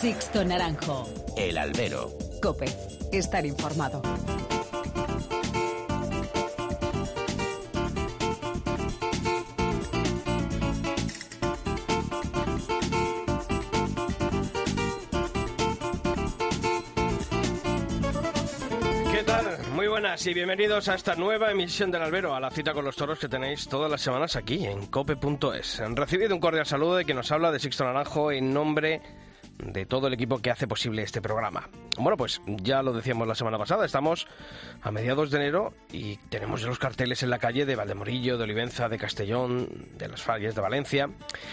Sixto Naranjo. El Albero. COPE. Estar informado. ¿Qué tal? Muy buenas y bienvenidos a esta nueva emisión del Albero, a la cita con los toros que tenéis todas las semanas aquí en cope.es. Han recibido un cordial saludo de quien nos habla, de Sixto Naranjo, en nombre de todo el equipo que hace posible este programa. Bueno, pues ya lo decíamos la semana pasada, estamos a mediados de enero y tenemos ya los carteles en la calle de Valdemorillo, de Olivenza, de Castellón, de Las Falles, de Valencia.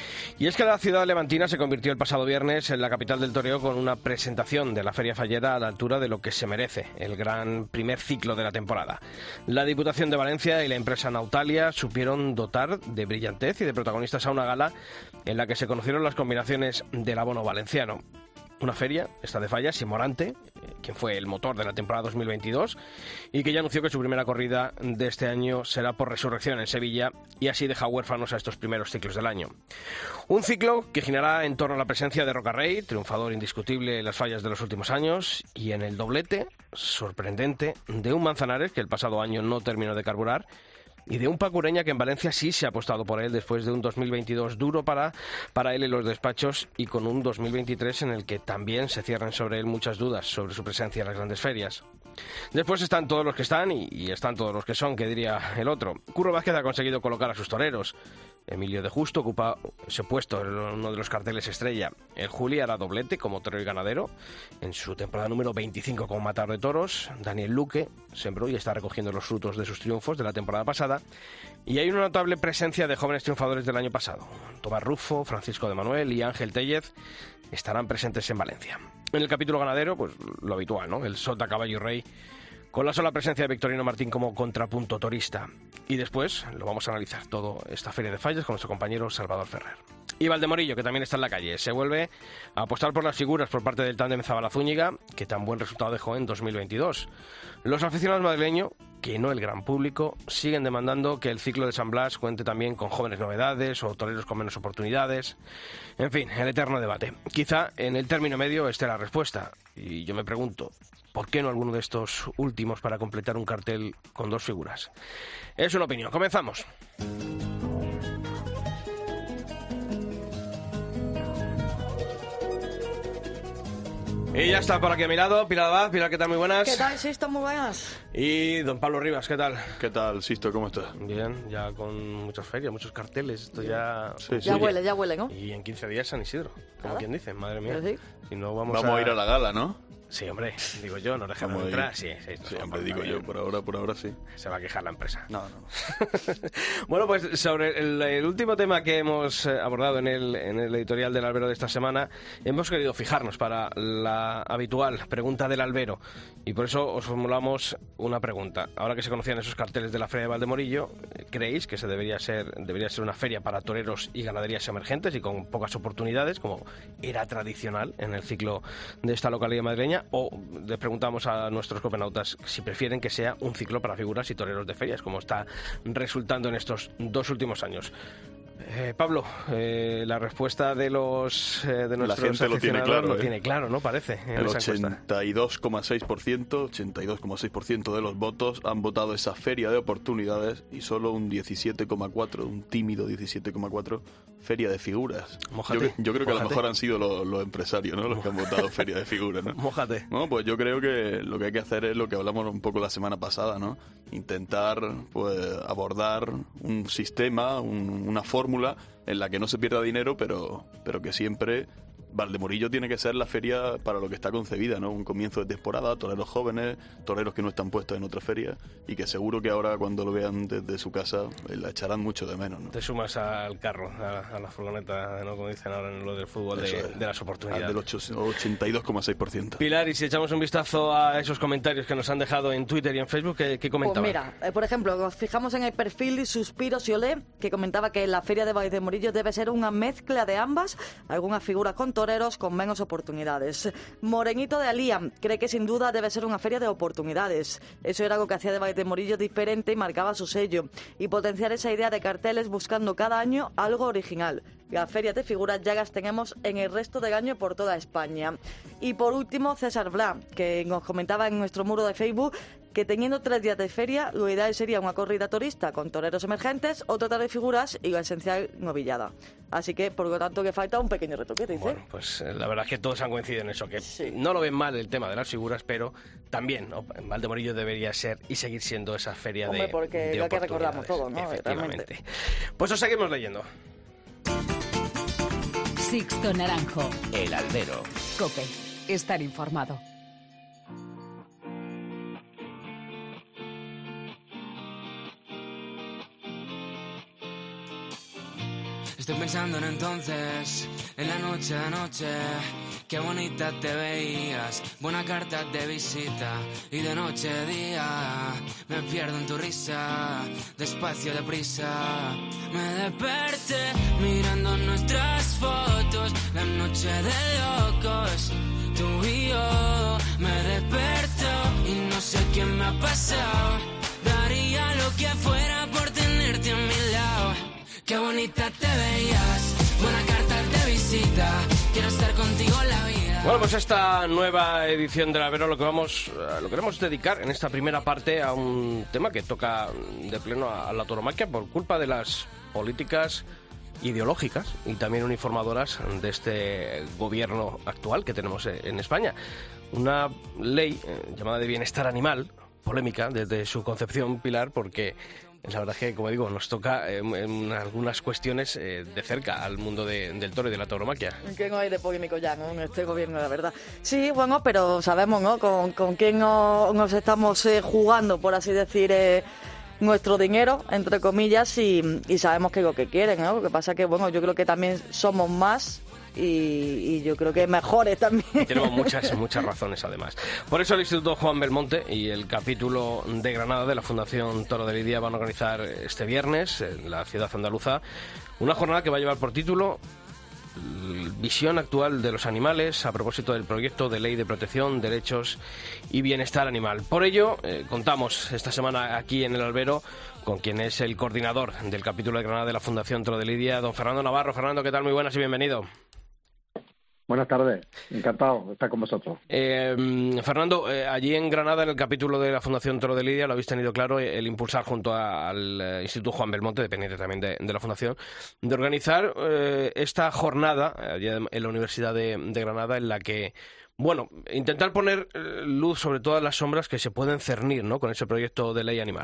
Y es que la ciudad levantina se convirtió el pasado viernes en la capital del toreo con una presentación de la Feria Fallera a la altura de lo que se merece, el gran primer ciclo de la temporada. La Diputación de Valencia y la empresa Nautalia supieron dotar de brillantez y de protagonistas a una gala en la que se conocieron las combinaciones del abono valenciano. Una feria, esta de Fallas, y Morante, quien fue el motor de la temporada 2022 y que ya anunció que su primera corrida de este año será por Resurrección en Sevilla, y así deja huérfanos a estos primeros ciclos del año. Un ciclo que girará en torno a la presencia de Rocarrey, triunfador indiscutible en las Fallas de los últimos años, y en el doblete sorprendente de un Manzanares que el pasado año no terminó de carburar, y de un Paco Ureña que en Valencia sí se ha apostado por él después de un 2022 duro para él en los despachos, y con un 2023 en el que también se cierran sobre él muchas dudas sobre su presencia en las grandes ferias. Después están todos los que están y están todos los que son, que diría el otro. Curro Vázquez ha conseguido colocar a sus toreros. Emilio de Justo ocupa ese puesto en uno de los carteles estrella. El Juli hará doblete como torero y ganadero en su temporada número 25 como matador de toros. Daniel Luque sembró y está recogiendo los frutos de sus triunfos de la temporada pasada. Y hay una notable presencia de jóvenes triunfadores del año pasado. Tomás Rufo, Francisco de Manuel y Ángel Tellez estarán presentes en Valencia. En el capítulo ganadero, pues lo habitual, ¿no? El Sota, Caballo y Rey, con la sola presencia de Victorino Martín como contrapunto torista. Y después lo vamos a analizar todo esta Feria de Fallas con nuestro compañero Salvador Ferrer. Y Valdemorillo, que también está en la calle, se vuelve a apostar por las figuras por parte del tándem Zabala-Zúñiga, que tan buen resultado dejó en 2022. Los aficionados madrileños, que no el gran público, siguen demandando que el ciclo de San Blas cuente también con jóvenes novedades o toreros con menos oportunidades. En fin, el eterno debate. Quizá en el término medio esté la respuesta. Y yo me pregunto, ¿por qué no alguno de estos últimos para completar un cartel con dos figuras? Es una opinión. Comenzamos. Y ya está por aquí a mi lado, Pilar Abad. Pilar, ¿qué tal? Muy buenas. ¿Qué tal, Sisto? Muy buenas. Y don Pablo Rivas, ¿qué tal? ¿Qué tal, Sisto? ¿Cómo estás? Bien, ya con muchas ferias, muchos carteles, esto ya... Sí, ya huele, ¿no? Y en 15 días San Isidro, como quien dice, madre mía. ¿Sí? Si no vamos a ir a la gala, ¿no? Sí, hombre, digo yo, no dejamos de entrar. Sí, hombre, digo yo, por ahora sí. Se va a quejar la empresa. No. Bueno, pues sobre el último tema que hemos abordado en el editorial del Albero de esta semana, hemos querido fijarnos para la habitual pregunta del Albero, y por eso os formulamos una pregunta. Ahora que se conocían esos carteles de la Feria de Valdemorillo, ¿creéis que debería ser una feria para toreros y ganaderías emergentes y con pocas oportunidades, como era tradicional en el ciclo de esta localidad madrileña? O les preguntamos a nuestros copenautas si prefieren que sea un ciclo para figuras y toreros de ferias, como está resultando en estos dos últimos años. Pablo, la respuesta de nuestros la gente lo tiene claro, lo tiene claro, ¿no? Parece. El 82,6% de los votos han votado esa feria de oportunidades, y solo un 17,4%, un tímido 17,4%, feria de figuras. Mójate, yo creo que a lo mejor han sido los empresarios, ¿no?, los que han votado feria de figuras, ¿no? Mójate. No, pues yo creo que lo que hay que hacer es lo que hablamos un poco la semana pasada, ¿no? Intentar, pues, abordar un sistema, una fórmula en la que no se pierda dinero, pero que siempre Valdemorillo tiene que ser la feria para lo que está concebida, ¿no? Un comienzo de temporada, toreros jóvenes, toreros que no están puestos en otra feria, y que seguro que ahora, cuando lo vean desde su casa, la echarán mucho de menos, ¿no? Te sumas al carro, a la furgoneta, ¿no?, como dicen ahora en lo del fútbol, de las oportunidades. Al del 82,6%. Pilar, y si echamos un vistazo a esos comentarios que nos han dejado en Twitter y en Facebook, ¿qué comentaban? Pues mira, por ejemplo, nos fijamos en el perfil de Suspiros y Olé, que comentaba que la feria de Valdemorillo debe ser una mezcla de ambas, algunas figuras con toreros con menos oportunidades. Morenito de Alía cree que sin duda debe ser una feria de oportunidades. Eso era algo que hacía de Valdemorillo diferente y marcaba su sello. Y potenciar esa idea de carteles buscando cada año algo original. las ferias de figuras ya las tenemos en el resto del año por toda España. Y por último, César Blas, que nos comentaba en nuestro muro de Facebook que teniendo 3 días de feria, lo ideal sería una corrida turista con toreros emergentes, otro tarde de figuras y la esencial novillada. Así que, por lo tanto, que falta un pequeño retoque, dice. Bueno, pues la verdad es que todos han coincidido en eso, que sí. No lo ven mal el tema de las figuras, pero también, ¿no? Valdemorillo debería ser y seguir siendo esa feria Hombre, porque de lo que recordamos oportunidades. todos, ¿no? Efectivamente. Realmente. Pues os seguimos leyendo. Sixto Naranjo. El Albero. COPE. Estar informado. Estoy pensando en entonces, en la noche de anoche, qué bonita te veías, buena carta de visita, y de noche a día, me pierdo en tu risa, despacio, deprisa, me desperté mirando nuestras fotos, la noche de locos, tú y yo, me desperto y no sé qué me ha pasado, daría lo que fuera por tenerte a mi lado. Qué bonita te veías, buena carta de visita, quiero estar contigo la vida. Bueno, pues esta nueva edición del Albero lo queremos dedicar en esta primera parte a un tema que toca de pleno a la tauromaquia por culpa de las políticas ideológicas y también uniformadoras de este gobierno actual que tenemos en España. Una ley llamada de bienestar animal, polémica desde su concepción, Pilar, porque la verdad es que, como digo, nos toca en algunas cuestiones de cerca al mundo del toro y de la tauromaquia. Que no hay de polémico ya, ¿no? En este gobierno, la verdad. Sí, bueno, pero sabemos, ¿no? Con quién nos estamos jugando, por así decir, nuestro dinero, entre comillas, y sabemos que es lo que quieren, ¿no? Lo que pasa que, bueno, yo creo que también somos más y yo creo que mejores también. Y tenemos muchas razones, además. Por eso el Instituto Juan Belmonte y el capítulo de Granada de la Fundación Toro de Lidia van a organizar este viernes en la ciudad andaluza una jornada que va a llevar por título Visión actual de los animales a propósito del proyecto de ley de protección, derechos y bienestar animal. Por ello, contamos esta semana aquí en el Albero con quien es el coordinador del capítulo de Granada de la Fundación Toro de Lidia, don Fernando Navarro. Fernando, ¿qué tal? Muy buenas y bienvenido. Buenas tardes, encantado de estar con vosotros. Fernando, allí en Granada, en el capítulo de la Fundación Toro de Lidia, lo habéis tenido claro, el impulsar junto al Instituto Juan Belmonte, dependiente también de la Fundación, de organizar esta jornada allí en la Universidad de Granada, en la que, bueno, intentar poner luz sobre todas las sombras que se pueden cernir, ¿no?, con ese proyecto de ley animal.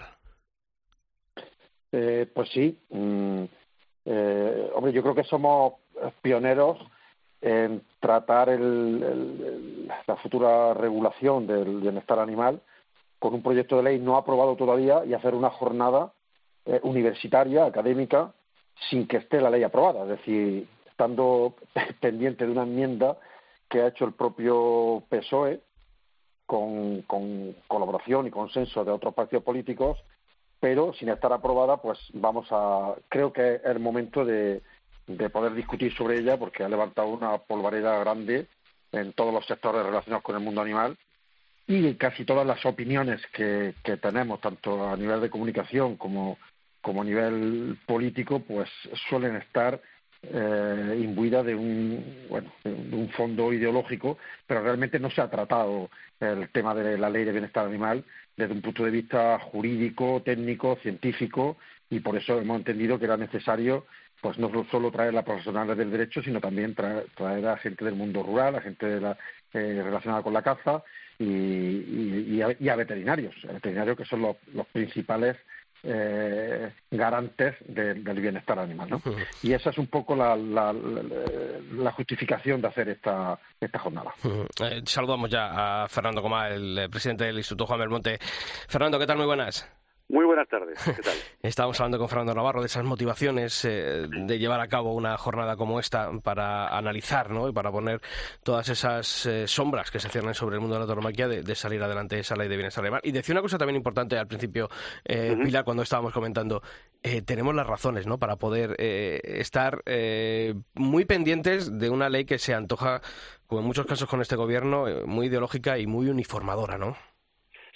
Pues sí, hombre, yo creo que somos pioneros en tratar la futura regulación del bienestar animal con un proyecto de ley no aprobado todavía y hacer una jornada universitaria, académica, sin que esté la ley aprobada, es decir, estando pendiente de una enmienda que ha hecho el propio PSOE con colaboración y consenso de otros partidos políticos, pero sin estar aprobada, pues creo que es el momento de poder discutir sobre ella, porque ha levantado una polvareda grande en todos los sectores relacionados con el mundo animal, y casi todas las opiniones que tenemos, tanto a nivel de comunicación como a nivel político, pues suelen estar imbuidas de un fondo ideológico, pero realmente no se ha tratado el tema de la ley de bienestar animal desde un punto de vista jurídico, técnico, científico, y por eso hemos entendido que era necesario pues no solo traer a profesionales del derecho, sino también traer a gente del mundo rural, a gente relacionada con la caza y a veterinarios que son los principales garantes del bienestar animal, ¿no? Y esa es un poco la justificación de hacer esta jornada. Saludamos ya a Fernando Comá, el presidente del Instituto Juan Belmonte. Fernando, ¿qué tal? Muy buenas. Muy buenas tardes, ¿qué tal? Estábamos hablando con Fernando Navarro de esas motivaciones de llevar a cabo una jornada como esta para analizar, ¿no?, y para poner todas esas sombras que se ciernen sobre el mundo de la tauromaquia, de salir adelante esa ley de bienestar animal. Y decía una cosa también importante al principio, Pilar, cuando estábamos comentando, tenemos las razones, ¿no?, para poder estar muy pendientes de una ley que se antoja, como en muchos casos con este gobierno, muy ideológica y muy uniformadora, ¿no?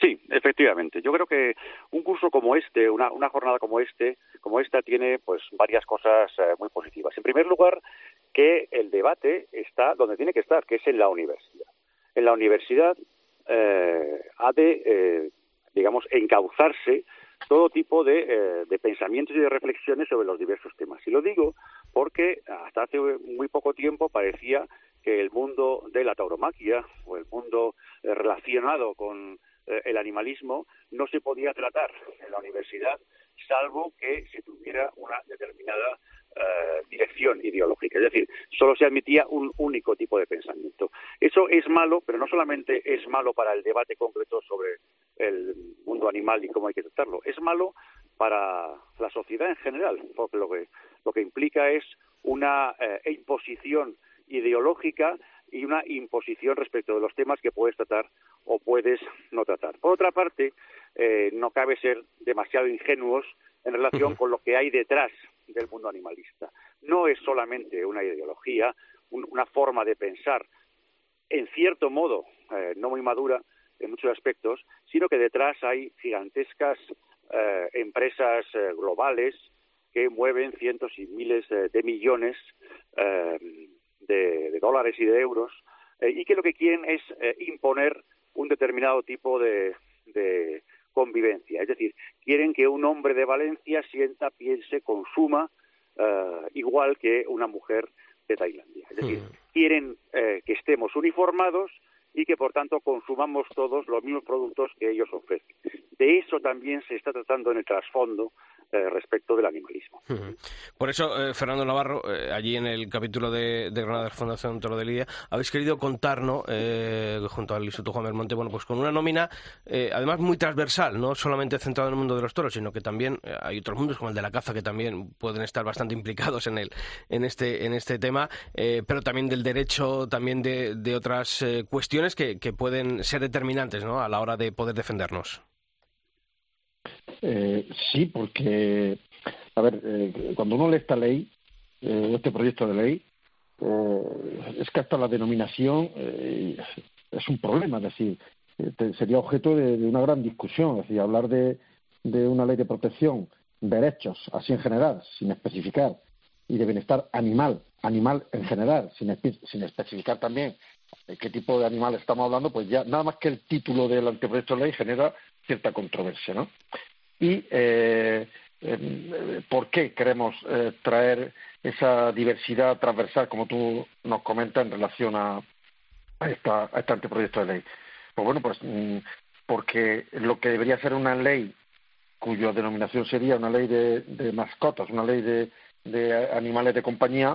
Sí, efectivamente. Yo creo que un curso como este, una jornada como esta, tiene pues varias cosas muy positivas. En primer lugar, que el debate está donde tiene que estar, que es en la universidad. En la universidad ha de, digamos, encauzarse todo tipo de pensamientos y de reflexiones sobre los diversos temas. Y lo digo porque hasta hace muy poco tiempo parecía que el mundo de la tauromaquia o el mundo relacionado con el animalismo no se podía tratar en la universidad, salvo que se tuviera una determinada dirección ideológica. Es decir, solo se admitía un único tipo de pensamiento. Eso es malo, pero no solamente es malo para el debate concreto sobre el mundo animal y cómo hay que tratarlo, es malo para la sociedad en general, porque lo que implica es una imposición ideológica y una imposición respecto de los temas que puedes tratar o puedes no tratar. Por otra parte, no cabe ser demasiado ingenuos en relación con lo que hay detrás del mundo animalista. No es solamente una ideología, una forma de pensar, en cierto modo, no muy madura en muchos aspectos, sino que detrás hay gigantescas empresas globales que mueven cientos y miles de millones de dólares y de euros, y que lo que quieren es imponer un determinado tipo de convivencia. Es decir, quieren que un hombre de Valencia sienta, piense, consuma igual que una mujer de Tailandia. Es decir, quieren que estemos uniformados y que, por tanto, consumamos todos los mismos productos que ellos ofrecen. De eso también se está tratando en el trasfondo respecto del animalismo. Por eso, Fernando Navarro, allí en el capítulo de Granada Fundación Toro de Lidia, habéis querido contar, ¿no? Junto al Instituto Juan Belmonte, bueno, pues con una nómina, además muy transversal, no solamente centrado en el mundo de los toros, sino que también hay otros mundos como el de la caza que también pueden estar bastante implicados en este tema, pero también del derecho, también de otras cuestiones que pueden ser determinantes, ¿no? A la hora de poder defendernos. Sí, porque, a ver, cuando uno lee esta ley, este proyecto de ley, es que hasta la denominación es un problema, es decir, sería objeto de una gran discusión, es decir, hablar de una ley de protección, derechos, así en general, sin especificar, y de bienestar animal en general, sin especificar también qué tipo de animal estamos hablando, pues ya nada más que el título del anteproyecto de ley genera cierta controversia, ¿no? Y ¿por qué queremos traer esa diversidad transversal, como tú nos comentas, en relación a este anteproyecto de ley? Pues bueno, pues porque lo que debería ser una ley cuya denominación sería una ley de mascotas, una ley de animales de compañía,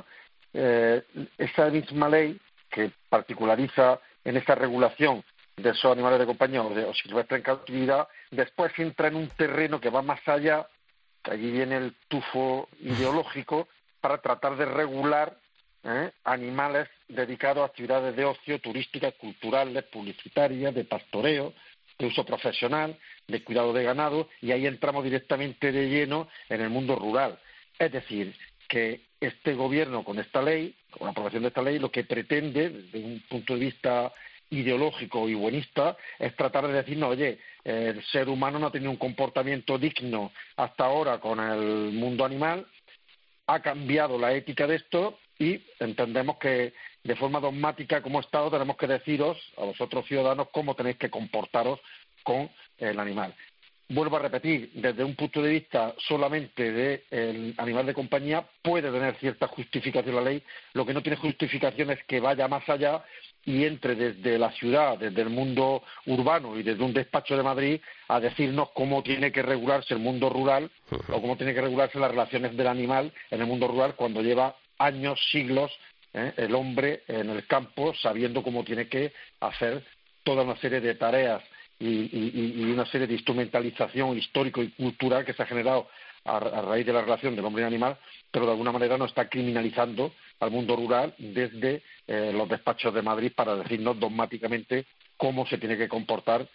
esa misma ley que particulariza en esta regulación de esos animales de compañía o silvestres en cautividad, después entra en un terreno que va más allá, que allí viene el tufo ideológico, para tratar de regular animales dedicados a actividades de ocio, turísticas, culturales, publicitarias, de pastoreo, de uso profesional, de cuidado de ganado, y ahí entramos directamente de lleno en el mundo rural. Es decir, que este gobierno con esta ley, con la aprobación de esta ley, lo que pretende, desde un punto de vista ideológico y buenista, es tratar de decirnos, oye, el ser humano no ha tenido un comportamiento digno hasta ahora con el mundo animal, ha cambiado la ética de esto y entendemos que de forma dogmática como Estado tenemos que deciros a vosotros ciudadanos cómo tenéis que comportaros con el animal. Vuelvo a repetir, desde un punto de vista solamente del animal de compañía puede tener cierta justificación la ley, lo que no tiene justificación es que vaya más allá y entre desde la ciudad, desde el mundo urbano y desde un despacho de Madrid a decirnos cómo tiene que regularse el mundo rural o cómo tiene que regularse las relaciones del animal en el mundo rural cuando lleva años, siglos, el hombre en el campo sabiendo cómo tiene que hacer toda una serie de tareas y una serie de instrumentalización histórico y cultural que se ha generado a raíz de la relación del hombre y animal, pero de alguna manera nos está criminalizando al mundo rural desde los despachos de Madrid para decirnos dogmáticamente cómo se tiene que comportar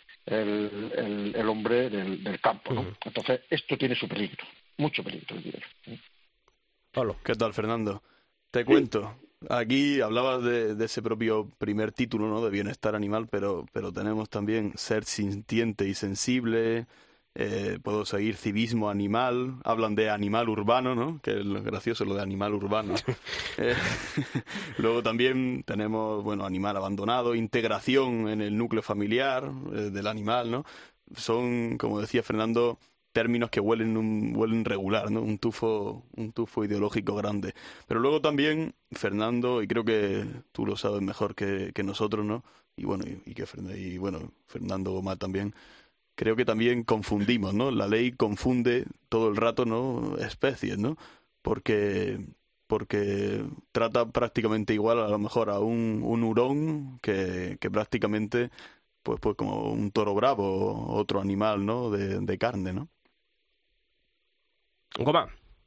el hombre del campo, ¿no? Entonces, esto tiene su peligro, mucho peligro. Pablo, ¿qué tal, Fernando? Te cuento Aquí hablabas de ese propio primer título, ¿no? De bienestar animal, pero tenemos también ser sintiente y sensible. Puedo seguir civismo animal. Hablan de animal urbano, ¿no? Que es lo gracioso, lo de animal urbano. Luego también tenemos, bueno, animal abandonado, integración en el núcleo familiar del animal, ¿no? Son, como decía Fernando, términos que huelen regular, ¿no? Un tufo ideológico grande. Pero luego también, Fernando, y creo que tú lo sabes mejor que nosotros, ¿no? Y bueno, Fernando Gómez también, creo que también confundimos, ¿no? La ley confunde todo el rato, ¿no? Especies, ¿no? Porque trata prácticamente igual a lo mejor a un hurón que prácticamente pues como un toro bravo, otro animal, ¿no? De carne, ¿no? Goma.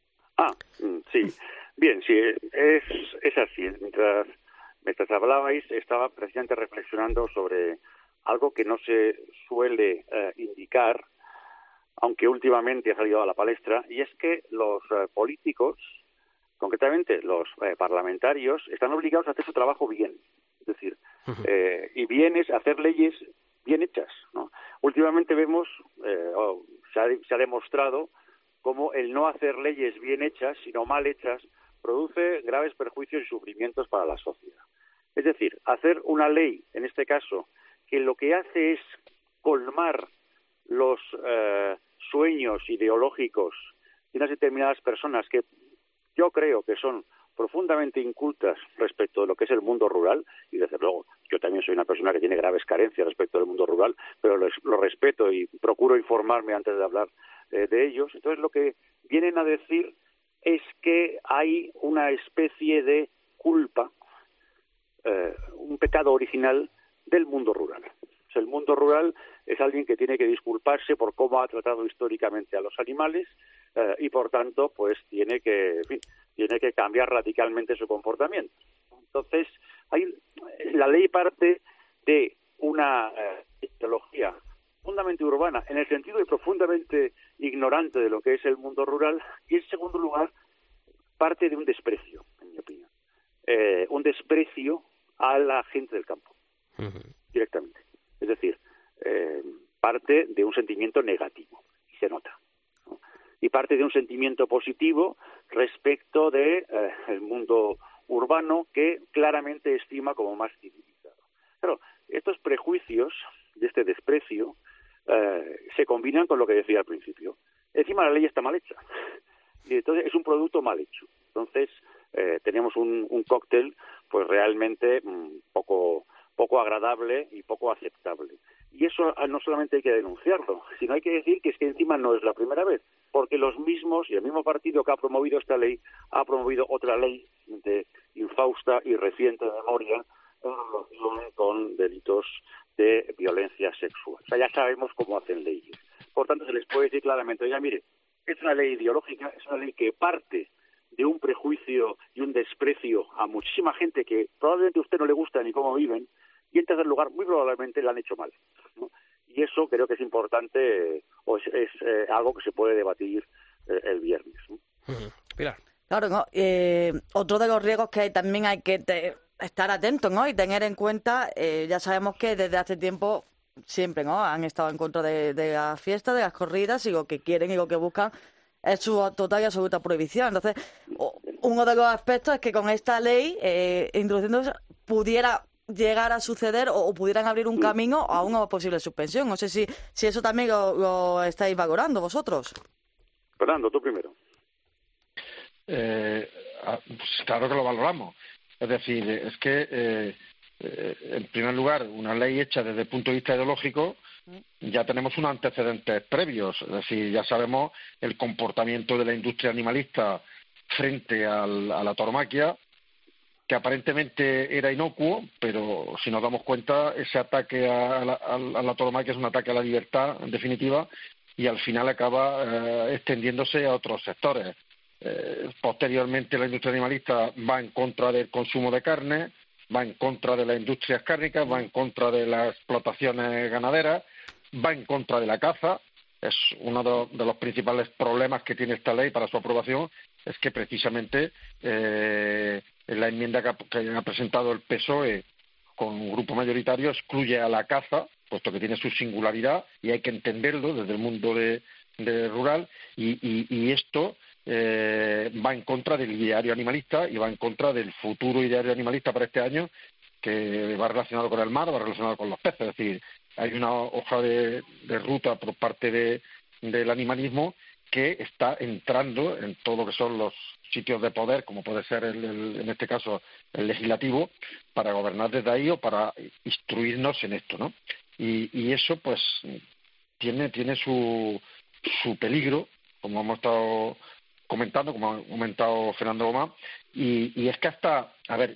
Sí. Bien, sí, es así. Mientras hablabais, estaba precisamente reflexionando sobre algo que no se suele indicar, aunque últimamente ha salido a la palestra, y es que los políticos, concretamente los parlamentarios, están obligados a hacer su trabajo bien. Es decir, y bien es hacer leyes bien hechas, ¿no? Últimamente vemos, se ha demostrado cómo el no hacer leyes bien hechas, sino mal hechas, produce graves perjuicios y sufrimientos para la sociedad. Es decir, hacer una ley, en este caso, que lo que hace es colmar los sueños ideológicos de unas determinadas personas que yo creo que son profundamente incultas respecto de lo que es el mundo rural, y desde luego yo también soy una persona que tiene graves carencias respecto del mundo rural, pero lo respeto y procuro informarme antes de hablar de ellos. Entonces lo que vienen a decir es que hay una especie de culpa, un pecado original del mundo rural. O sea, el mundo rural es alguien que tiene que disculparse por cómo ha tratado históricamente a los animales y por tanto pues tiene que cambiar radicalmente su comportamiento. Entonces, la ley parte de una ideología profundamente urbana, en el sentido de profundamente ignorante de lo que es el mundo rural, y en segundo lugar, parte de un desprecio, en mi opinión. Un desprecio a la gente del campo, directamente. Es decir, parte de un sentimiento negativo, y se nota, ¿no? Y parte de un sentimiento positivo respecto de el mundo urbano, que claramente estima como más civilizado. Claro, estos prejuicios y este desprecio se combinan con lo que decía al principio. Encima la ley está mal hecha, y entonces es un producto mal hecho. Entonces tenemos un cóctel pues realmente poco agradable y poco aceptable. Y eso no solamente hay que denunciarlo, sino hay que decir que es que encima no es la primera vez, porque los mismos y el mismo partido que ha promovido esta ley ha promovido otra ley de infausta y reciente memoria en relación con delitos de violencia sexual. O sea, ya sabemos cómo hacen leyes. Por tanto, se les puede decir claramente, oiga, mire, es una ley ideológica, es una ley que parte de un prejuicio y un desprecio a muchísima gente que probablemente a usted no le gusta ni cómo viven, y en tercer lugar, muy probablemente la han hecho mal, ¿no? Y eso creo que es importante, o es algo que se puede debatir el viernes, ¿no? Pilar. Claro, ¿no? Otro de los riesgos que también hay que estar atentos, ¿no? Y tener en cuenta, ya sabemos que desde hace tiempo siempre, ¿no? Han estado en contra de las fiestas, de las corridas, y lo que quieren y lo que buscan es su total y absoluta prohibición. Entonces, uno de los aspectos es que con esta ley, introduciéndose, pudiera llegar a suceder o pudieran abrir un camino a una posible suspensión. No sé si eso también lo estáis valorando vosotros. Fernando, tú primero. Pues claro que lo valoramos. Es decir, es que, en primer lugar, una ley hecha desde el punto de vista ideológico, ya tenemos unos antecedentes previos. Es decir, ya sabemos el comportamiento de la industria animalista frente a la tauromaquia, que aparentemente era inocuo, pero si nos damos cuenta, ese ataque a la tauromaquia es un ataque a la libertad, en definitiva, y al final acaba extendiéndose a otros sectores. Posteriormente, la industria animalista va en contra del consumo de carne, va en contra de las industrias cárnicas, va en contra de las explotaciones ganaderas, va en contra de la caza. Es uno de los principales problemas que tiene esta ley para su aprobación, es que precisamente la enmienda que ha presentado el PSOE con un grupo mayoritario excluye a la caza, puesto que tiene su singularidad y hay que entenderlo desde el mundo de rural, y esto va en contra del ideario animalista y va en contra del futuro ideario animalista para este año, que va relacionado con el mar, va relacionado con los peces. Es decir, hay una hoja de ruta por parte del animalismo que está entrando en todo lo que son los sitios de poder, como puede ser en este caso el legislativo, para gobernar desde ahí o para instruirnos en esto, ¿no? Y eso pues tiene su peligro, como hemos estado comentando, como ha comentado Fernando Gómez, y es que hasta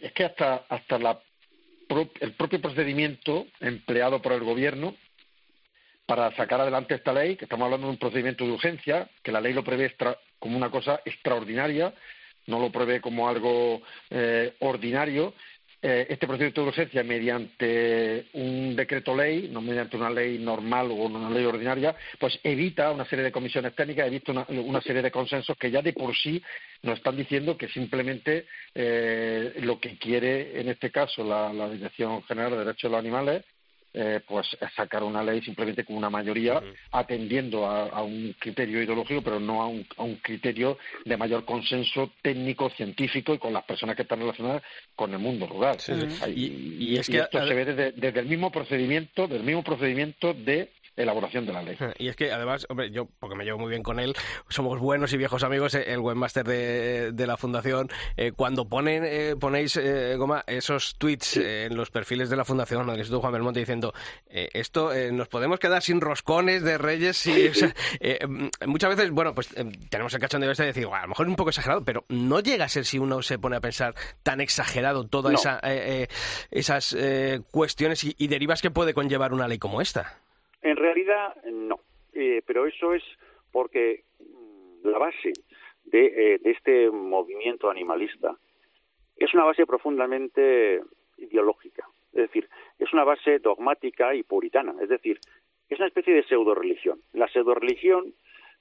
el propio procedimiento empleado por el gobierno para sacar adelante esta ley, que estamos hablando de un procedimiento de urgencia, que la ley lo prevé como una cosa extraordinaria, no lo prevé como algo ordinario. Este procedimiento de urgencia, mediante un decreto ley, no mediante una ley normal o una ley ordinaria, pues evita una serie de comisiones técnicas, evita una serie de consensos que ya de por sí nos están diciendo que simplemente lo que quiere, en este caso, la Dirección General de Derechos de los Animales, pues sacar una ley simplemente con una mayoría, atendiendo a un criterio ideológico, pero no a un criterio de mayor consenso técnico, científico y con las personas que están relacionadas con el mundo rural. Sí. Y es que esto se ve desde el mismo procedimiento de elaboración de la ley. Y es que además, hombre, yo, porque me llevo muy bien con él, somos buenos y viejos amigos, el webmaster de la fundación, cuando ponéis, Goma, esos tweets en los perfiles de la fundación, del Instituto Juan Belmonte, diciendo esto, nos podemos quedar sin roscones de Reyes, o sea, muchas veces, bueno, pues tenemos el cachondeo de decir, a lo mejor es un poco exagerado, pero no llega a ser, si uno se pone a pensar, tan exagerado todas esas cuestiones y derivas que puede conllevar una ley como esta. En realidad, no. Pero eso es porque la base de este movimiento animalista es una base profundamente ideológica. Es decir, es una base dogmática y puritana. Es decir, es una especie de pseudo-religión. La pseudo-religión,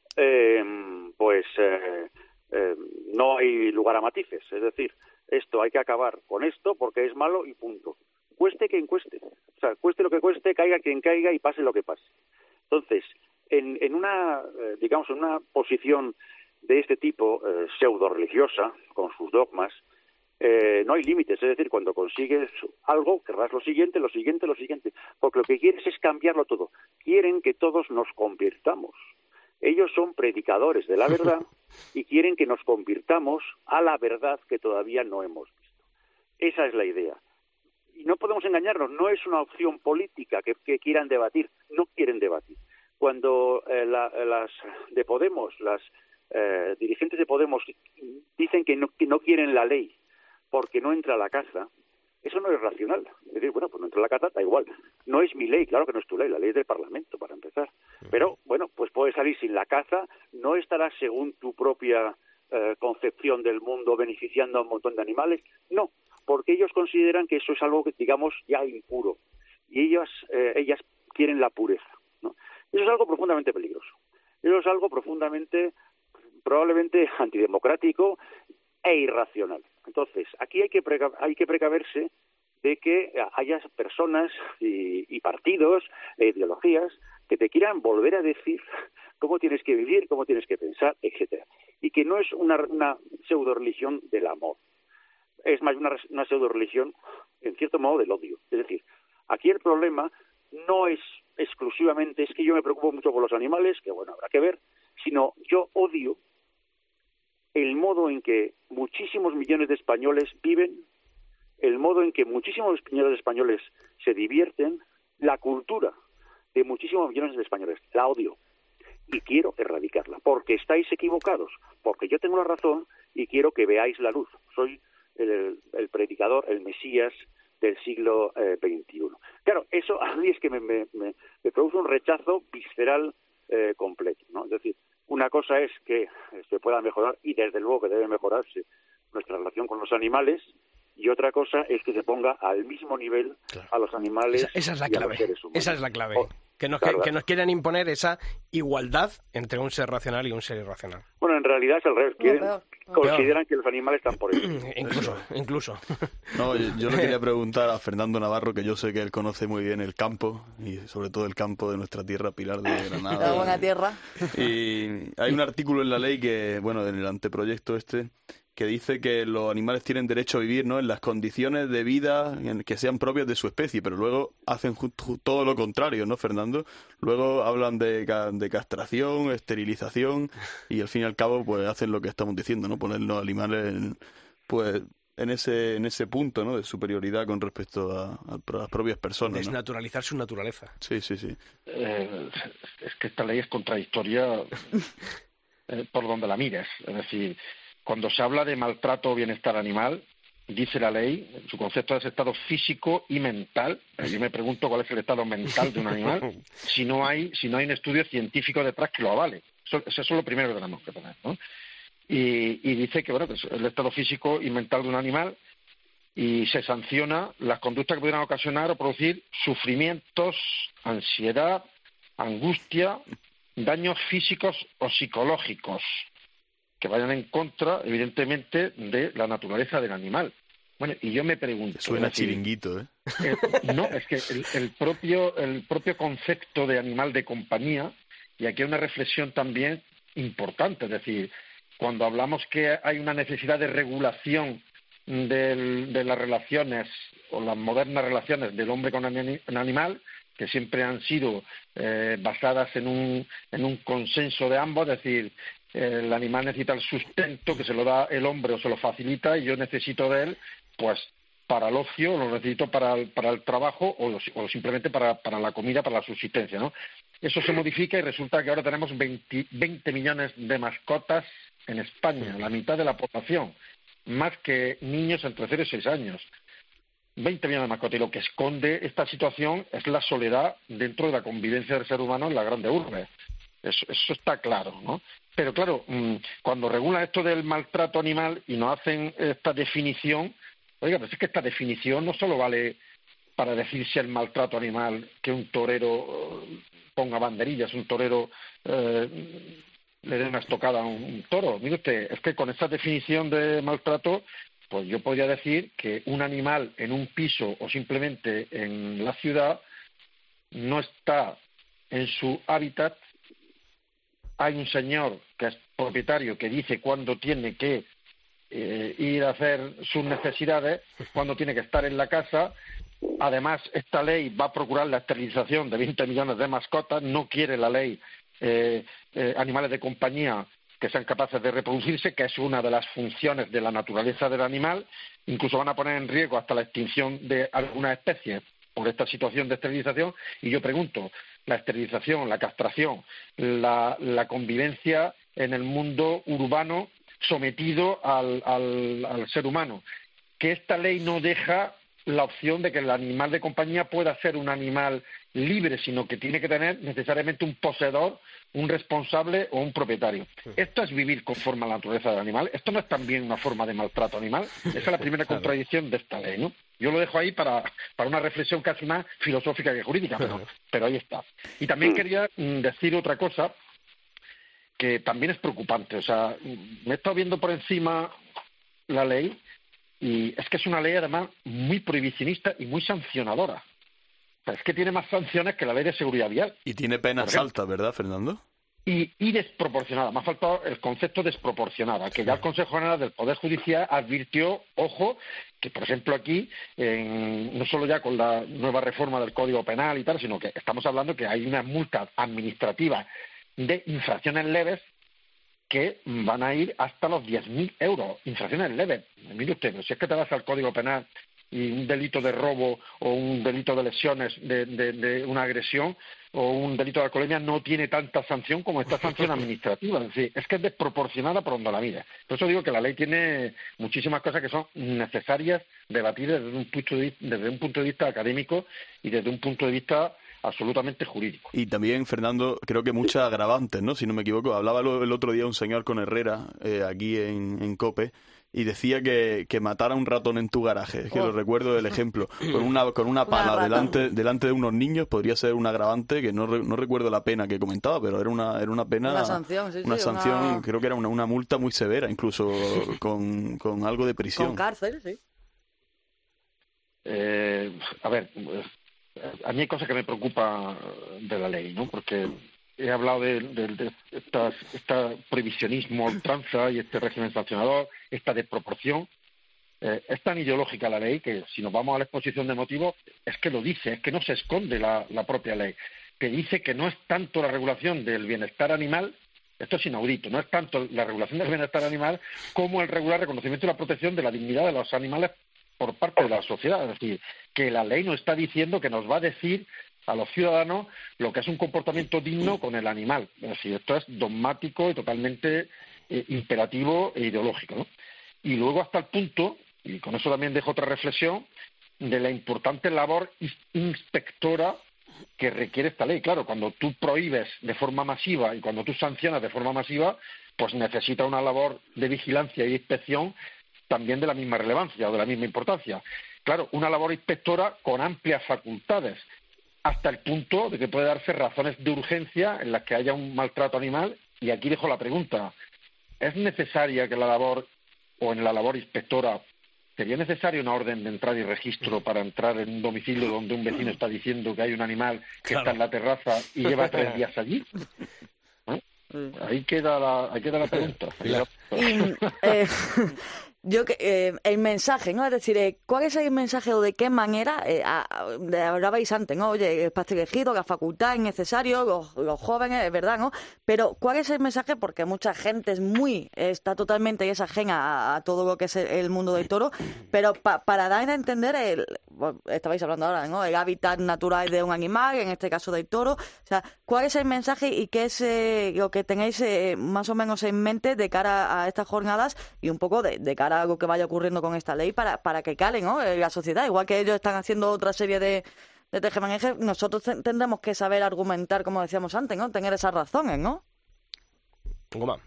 no hay lugar a matices. Es decir, esto hay que acabar con esto porque es malo y punto. Cueste quien cueste, o sea, cueste lo que cueste, caiga quien caiga y pase lo que pase. Entonces, en una posición de este tipo pseudo-religiosa, con sus dogmas, no hay límites. Es decir, cuando consigues algo, querrás lo siguiente, porque lo que quieres es cambiarlo todo. Quieren que todos nos convirtamos. Ellos son predicadores de la verdad y quieren que nos convirtamos a la verdad que todavía no hemos visto. Esa es la idea. Y no podemos engañarnos, no es una opción política que quieran debatir, no quieren debatir. Cuando las de Podemos, las dirigentes de Podemos dicen que no quieren la ley porque no entra la caza, eso no es racional. Es decir, bueno, pues no entra la caza, da igual. No es mi ley, claro que no es tu ley, la ley es del Parlamento, para empezar. Pero, bueno, pues puedes salir sin la caza, no estarás según tu propia concepción del mundo beneficiando a un montón de animales, no. Porque ellos consideran que eso es algo que, digamos, ya impuro. Y ellas quieren la pureza, ¿no? Eso es algo profundamente peligroso. Eso es algo profundamente, probablemente antidemocrático e irracional. Entonces, aquí hay que precaverse de que haya personas y partidos e ideologías que te quieran volver a decir cómo tienes que vivir, cómo tienes que pensar, etcétera. Y que no es una pseudo-religión del amor. Es más una pseudo-religión, en cierto modo, del odio. Es decir, aquí el problema no es exclusivamente, es que yo me preocupo mucho por los animales, que bueno, habrá que ver, sino yo odio el modo en que muchísimos millones de españoles viven, el modo en que muchísimos millones de españoles se divierten, la cultura de muchísimos millones de españoles. La odio y quiero erradicarla, porque estáis equivocados, porque yo tengo la razón y quiero que veáis la luz. Soy el predicador, el Mesías del siglo XXI. Claro, eso a mí es que me produce un rechazo visceral completo, ¿no? Es decir, una cosa es que se pueda mejorar, y desde luego que debe mejorarse nuestra relación con los animales, y otra cosa es que se ponga al mismo nivel a los animales esa es la y a los clave. seres humanos. Esa es la clave. Que nos quieren imponer esa igualdad entre un ser racional y un ser irracional. Bueno, en realidad es al revés. Consideran que los animales están por ellos. Incluso. No, yo le quería preguntar a Fernando Navarro, que yo sé que él conoce muy bien el campo, y sobre todo el campo de nuestra tierra, Pilar de Granada. La buena tierra. Y hay un artículo en la ley que, bueno, en el anteproyecto que dice que los animales tienen derecho a vivir, ¿no?, en las condiciones de vida que sean propias de su especie, pero luego hacen todo lo contrario, ¿no, Fernando? Luego hablan de castración, esterilización, y al fin y al cabo pues hacen lo que estamos diciendo, ¿no? Poner los animales en ese punto, ¿no?, de superioridad con respecto a las propias personas, ¿no? Desnaturalizar su naturaleza. Sí. Es que esta ley es contradictoria por donde la mires. Es decir, cuando se habla de maltrato o bienestar animal, dice la ley, su concepto es estado físico y mental. Yo me pregunto cuál es el estado mental de un animal si no hay un estudio científico detrás que lo avale. Eso es lo primero que tenemos que tener, ¿no? Y dice que, bueno, que es el estado físico y mental de un animal, y se sanciona las conductas que pudieran ocasionar o producir sufrimientos, ansiedad, angustia, daños físicos o psicológicos que vayan en contra, evidentemente, de la naturaleza del animal. Bueno, y yo me pregunto... Suena chiringuito, ¿eh? No, es que el propio concepto de animal de compañía, y aquí hay una reflexión también importante, es decir, cuando hablamos que hay una necesidad de regulación de las relaciones, o las modernas relaciones del hombre con el animal, que siempre han sido basadas en un consenso de ambos, es decir, el animal necesita el sustento, que se lo da el hombre o se lo facilita, y yo necesito de él, pues, para el ocio, lo necesito para el trabajo o simplemente para la comida, para la subsistencia, ¿no? Eso se modifica y resulta que ahora tenemos 20 millones de mascotas en España, la mitad de la población, más que niños entre 0 y 6 años. 20 millones de mascotas, y lo que esconde esta situación es la soledad dentro de la convivencia del ser humano en las grandes urbes. Eso está claro, ¿no? Pero claro, cuando regula esto del maltrato animal y nos hacen esta definición, oiga, pues es que esta definición no solo vale para decir si el maltrato animal, que un torero ponga banderillas, un torero le dé una estocada a un toro. Mire usted, es que con esta definición de maltrato, pues yo podría decir que un animal en un piso o simplemente en la ciudad no está en su hábitat. Hay un señor que es propietario que dice cuándo tiene que ir a hacer sus necesidades, cuándo tiene que estar en la casa. Además, esta ley va a procurar la esterilización de 20 millones de mascotas. No quiere la ley animales de compañía que sean capaces de reproducirse, que es una de las funciones de la naturaleza del animal. Incluso van a poner en riesgo hasta la extinción de algunas especies por esta situación de esterilización. Y yo pregunto, la esterilización, la castración, la convivencia en el mundo urbano sometido al ser humano, que esta ley no deja la opción de que el animal de compañía pueda ser un animal libre, sino que tiene que tener necesariamente un poseedor, un responsable o un propietario. Esto es vivir conforme a la naturaleza del animal. Esto no es también una forma de maltrato animal. Esa es la primera contradicción de esta ley, ¿no? Yo lo dejo ahí para una reflexión casi más filosófica que jurídica, pero ahí está. Y también quería decir otra cosa que también es preocupante. O sea, me he estado viendo por encima la ley, y es que es una ley además muy prohibicionista y muy sancionadora. O sea, es que tiene más sanciones que la ley de seguridad vial. Y tiene penas altas, ¿verdad, Fernando? Y desproporcionada. Me ha faltado el concepto desproporcionada, que ya el Consejo General del Poder Judicial advirtió, ojo, que por ejemplo aquí, no solo ya con la nueva reforma del Código Penal y tal, sino que estamos hablando que hay unas multas administrativas de infracciones leves que van a ir hasta los 10.000 euros, infracciones leves. Mire usted, si es que te vas al Código Penal y un delito de robo o un delito de lesiones de una agresión o un delito de alcoholemia no tiene tanta sanción como esta sanción administrativa. Es decir, es que es desproporcionada por donde la mire. Por eso digo que la ley tiene muchísimas cosas que son necesarias debatir desde un punto de vista académico y desde un punto de vista absolutamente jurídico. Y también, Fernando, creo que muchas agravantes, ¿no? Si no me equivoco. Hablaba el otro día un señor con Herrera, aquí en COPE, y decía que matar a un ratón en tu garaje, es que lo recuerdo del ejemplo, con una pala delante de unos niños podría ser un agravante, que no recuerdo la pena que comentaba, pero era una pena, una sanción, creo que era una multa muy severa, incluso con algo de prisión. Con cárcel, sí. A ver, a mí hay cosas que me preocupan de la ley, ¿no? Porque he hablado de este previsionismo a ultranza y este régimen sancionador, esta desproporción. Es tan ideológica la ley que si nos vamos a la exposición de motivos es que lo dice, es que no se esconde la propia ley, que dice que no es tanto la regulación del bienestar animal, esto es inaudito, no es tanto la regulación del bienestar animal como el regular reconocimiento y la protección de la dignidad de los animales por parte de la sociedad. Es decir, que la ley nos está diciendo, que nos va a decir a los ciudadanos lo que es un comportamiento digno con el animal. Es decir, esto es dogmático y totalmente imperativo e ideológico, ¿no? Y luego hasta el punto, y con eso también dejo otra reflexión, de la importante labor inspectora que requiere esta ley. Claro, cuando tú prohíbes de forma masiva y cuando tú sancionas de forma masiva, pues necesita una labor de vigilancia y inspección también de la misma relevancia o de la misma importancia. Claro, una labor inspectora con amplias facultades, hasta el punto de que puede darse razones de urgencia en las que haya un maltrato animal. Y aquí dejo la pregunta: ¿es necesaria que en la labor inspectora sería necesaria una orden de entrada y registro para entrar en un domicilio donde un vecino está diciendo que hay un animal que está en la terraza y lleva 3 días allí? Ahí queda la pregunta. El mensaje, ¿no? Es decir, ¿cuál es el mensaje o de qué manera hablabais antes, ¿no? Oye, el espacio elegido, la facultad es necesario, los jóvenes, es verdad, ¿no? Pero ¿cuál es el mensaje? Porque mucha gente está totalmente ajena a todo lo que es el mundo del toro, pero para dar a entender estabais hablando ahora, ¿no? El hábitat natural de un animal, en este caso del toro. O sea, ¿cuál es el mensaje y qué es lo que tenéis más o menos en mente de cara a estas jornadas y un poco de cara a algo que vaya ocurriendo con esta ley para que cale, ¿no? La sociedad? Igual que ellos están haciendo otra serie de tejemanejes, nosotros tendremos que saber argumentar, como decíamos antes, ¿no? Tener esas razones, ¿no? Goma.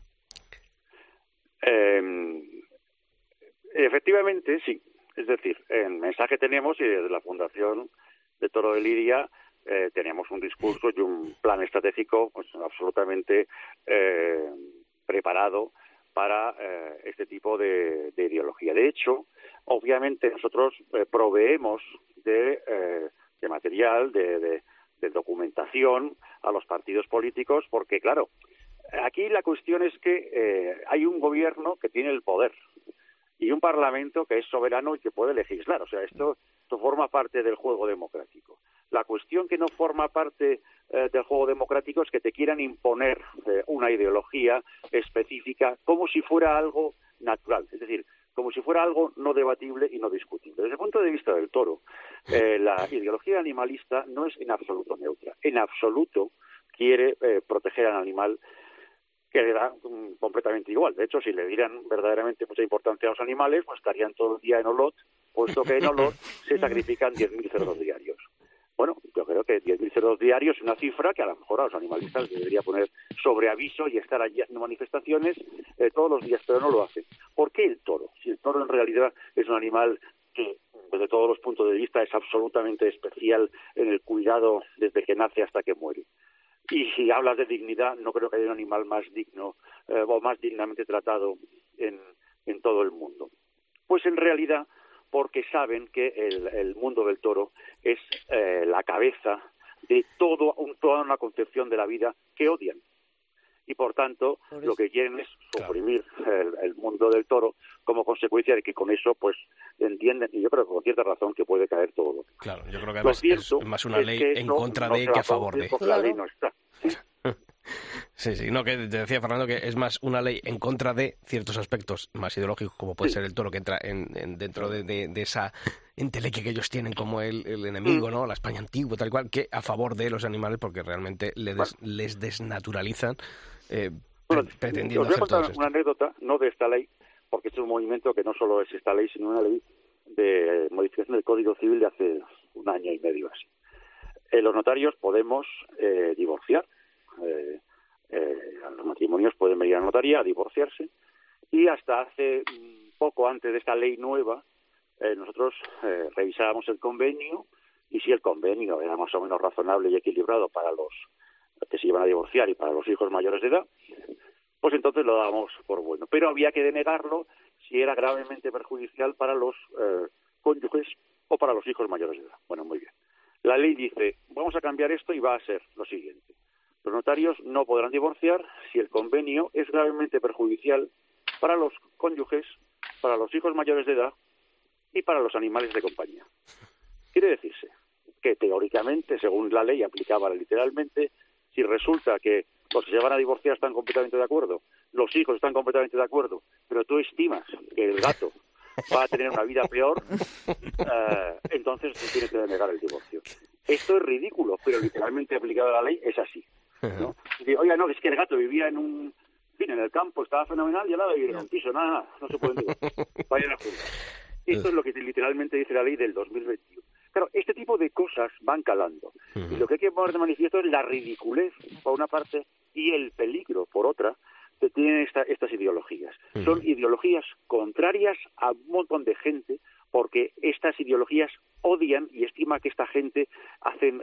Efectivamente, sí. Es decir, el mensaje tenemos, y desde la Fundación de Toro de Lidia tenemos un discurso y un plan estratégico pues absolutamente preparado para este tipo de ideología. De hecho, obviamente nosotros proveemos de material, de documentación a los partidos políticos, porque claro, aquí la cuestión es que hay un gobierno que tiene el poder y un parlamento que es soberano y que puede legislar. O sea, esto forma parte del juego democrático. La cuestión que no forma parte del juego democrático es que te quieran imponer una ideología específica como si fuera algo natural, es decir, como si fuera algo no debatible y no discutible. Desde el punto de vista del toro, la ideología animalista no es en absoluto neutra. En absoluto quiere proteger al animal, que le da completamente igual. De hecho, si le dieran verdaderamente mucha importancia a los animales, pues estarían todo el día en Olot, puesto que en Olot se sacrifican 10.000 cerdos diarios. Bueno, yo creo que 10.000 cerdos diarios es una cifra que a lo mejor a los animalistas les debería poner sobre aviso y estar allí haciendo manifestaciones todos los días, pero no lo hacen. ¿Por qué el toro? Si el toro en realidad es un animal que desde todos los puntos de vista es absolutamente especial en el cuidado desde que nace hasta que muere. Y si hablas de dignidad, no creo que haya un animal más digno o más dignamente tratado en todo el mundo. Pues en realidad, porque saben que el mundo del toro es la cabeza de toda una concepción de la vida que odian. Y por tanto, lo que quieren es suprimir el mundo del toro como consecuencia de que con eso pues entienden, y yo creo que con cierta razón, que puede caer todo. Claro, yo creo que además es más una ley en contra de que a favor de. Porque la ley no está. Sí, no, que te decía Fernando que es más una ley en contra de ciertos aspectos más ideológicos, como puede ser el toro, que entra dentro de esa entelequia que ellos tienen como el enemigo, ¿no? La España antigua, tal y cual, que a favor de los animales, porque realmente les desnaturalizan pretendiendo os voy a hacer todo contar esto. una anécdota, no de esta ley, porque este es un movimiento que no solo es esta ley, sino una ley de modificación del Código Civil de hace un año y medio así. los notarios podemos divorciar. Los matrimonios pueden venir a la notaría a divorciarse, y hasta hace poco antes de esta ley nueva, nosotros revisábamos el convenio, y si el convenio era más o menos razonable y equilibrado para los que se iban a divorciar y para los hijos mayores de edad, pues entonces lo dábamos por bueno. Pero había que denegarlo si era gravemente perjudicial para los cónyuges o para los hijos mayores de edad. Bueno, muy bien. La ley dice, vamos a cambiar esto, y va a ser lo siguiente. Los notarios no podrán divorciar si el convenio es gravemente perjudicial para los cónyuges, para los hijos mayores de edad y para los animales de compañía. Quiere decirse que teóricamente, según la ley aplicada literalmente, si resulta que los que se van a divorciar están completamente de acuerdo, los hijos están completamente de acuerdo, pero tú estimas que el gato va a tener una vida peor, entonces tú tienes que denegar el divorcio. Esto es ridículo, pero literalmente aplicado a la ley es así, ¿no? Y, oiga, no, es que el gato vivía en el campo, estaba fenomenal, y ahora va a vivir en un piso, nada, no se puede divorciar. Vayan a juntar. Esto es lo que literalmente dice la ley del 2021. Claro, este tipo de cosas van calando. Y lo que hay que poner de manifiesto es la ridiculez, por una parte, y el peligro, por otra, que tienen estas ideologías. Son ideologías contrarias a un montón de gente, porque estas ideologías odian y estiman que esta gente hacen,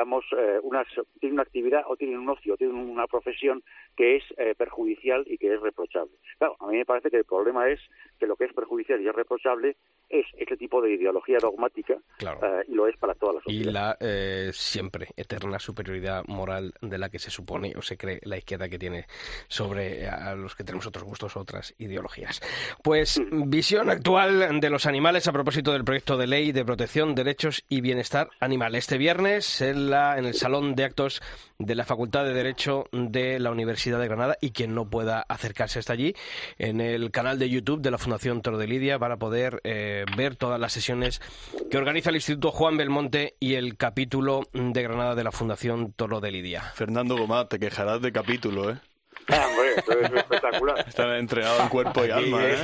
tienen una actividad o tienen un ocio, tienen una profesión que es perjudicial y que es reprochable. Claro, a mí me parece que el problema es que lo que es perjudicial y es reprochable es este tipo de ideología dogmática, claro. Y lo es para toda la sociedad. Y la siempre eterna superioridad moral de la que se supone o se cree la izquierda que tiene sobre a los que tenemos otros gustos, otras ideologías. Pues visión actual de los animales a propósito del proyecto de ley de protección, derechos y bienestar animal. Este viernes en el Salón de Actos de la Facultad de Derecho de la Universidad de Granada, y quien no pueda acercarse hasta allí, en el canal de YouTube de la Fundación Toro de Lidia, para poder ver todas las sesiones que organiza el Instituto Juan Belmonte y el capítulo de Granada de la Fundación Toro de Lidia. Fernando Gomá, te quejarás de capítulo, ¿eh? Hombre, esto es espectacular. Está entrenado en cuerpo y alma, ¿eh?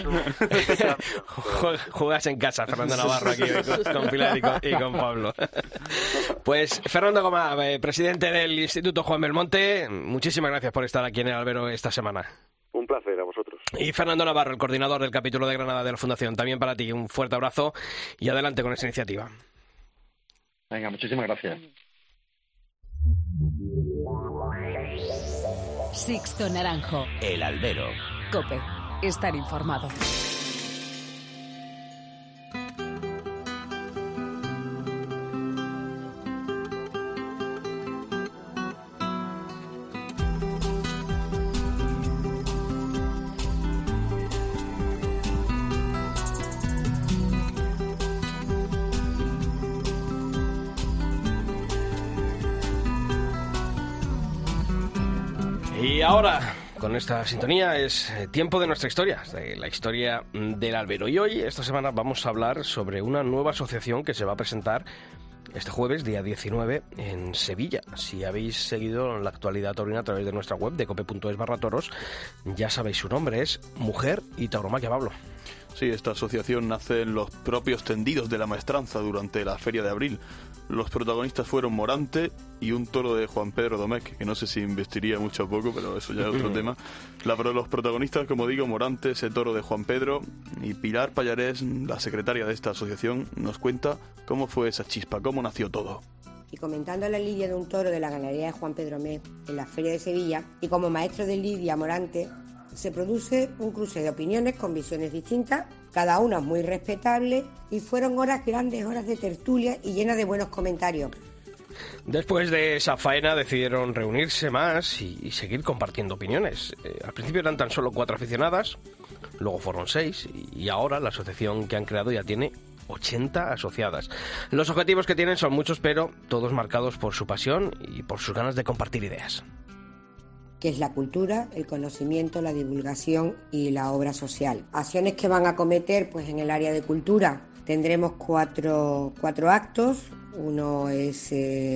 Juegas en casa, Fernando Navarro, aquí con Pilar y con Pablo. Pues Fernando Gomá, presidente del Instituto Juan Belmonte, muchísimas gracias por estar aquí en el albero esta semana. Un placer, a vosotros. Y Fernando Navarro, el coordinador del capítulo de Granada de la Fundación, también para ti un fuerte abrazo y adelante con esta iniciativa. Venga, muchísimas gracias. Sixto Naranjo. El albero. COPE. Estar informado. Y ahora, con esta sintonía, es tiempo de nuestra historia, de la historia del albero. Y hoy, esta semana, vamos a hablar sobre una nueva asociación que se va a presentar este jueves, día 19, en Sevilla. Si habéis seguido la actualidad taurina a través de nuestra web, de cope.es/toros, ya sabéis su nombre, es Mujer y Tauromaquia, Pablo. Sí, esta asociación nace en los propios tendidos de la maestranza durante la Feria de Abril. Los protagonistas fueron Morante y un toro de Juan Pedro Domecq, que no sé si investiría mucho o poco, pero eso ya es otro tema. Los protagonistas, como digo, Morante, ese toro de Juan Pedro, y Pilar Pallarés, la secretaria de esta asociación, nos cuenta cómo fue esa chispa, cómo nació todo. Y comentando la lidia de un toro de la ganadería de Juan Pedro Domecq en la Feria de Sevilla, y como maestro de lidia Morante, se produce un cruce de opiniones con visiones distintas, cada una muy respetable, y fueron grandes horas de tertulia y llenas de buenos comentarios. Después de esa faena decidieron reunirse más y seguir compartiendo opiniones. Al principio eran tan solo 4 aficionadas, luego fueron 6 y ahora la asociación que han creado ya tiene 80 asociadas. Los objetivos que tienen son muchos, pero todos marcados por su pasión y por sus ganas de compartir ideas. Que es la cultura, el conocimiento, la divulgación y la obra social. Acciones que van a acometer, pues en el área de cultura tendremos cuatro actos. Uno es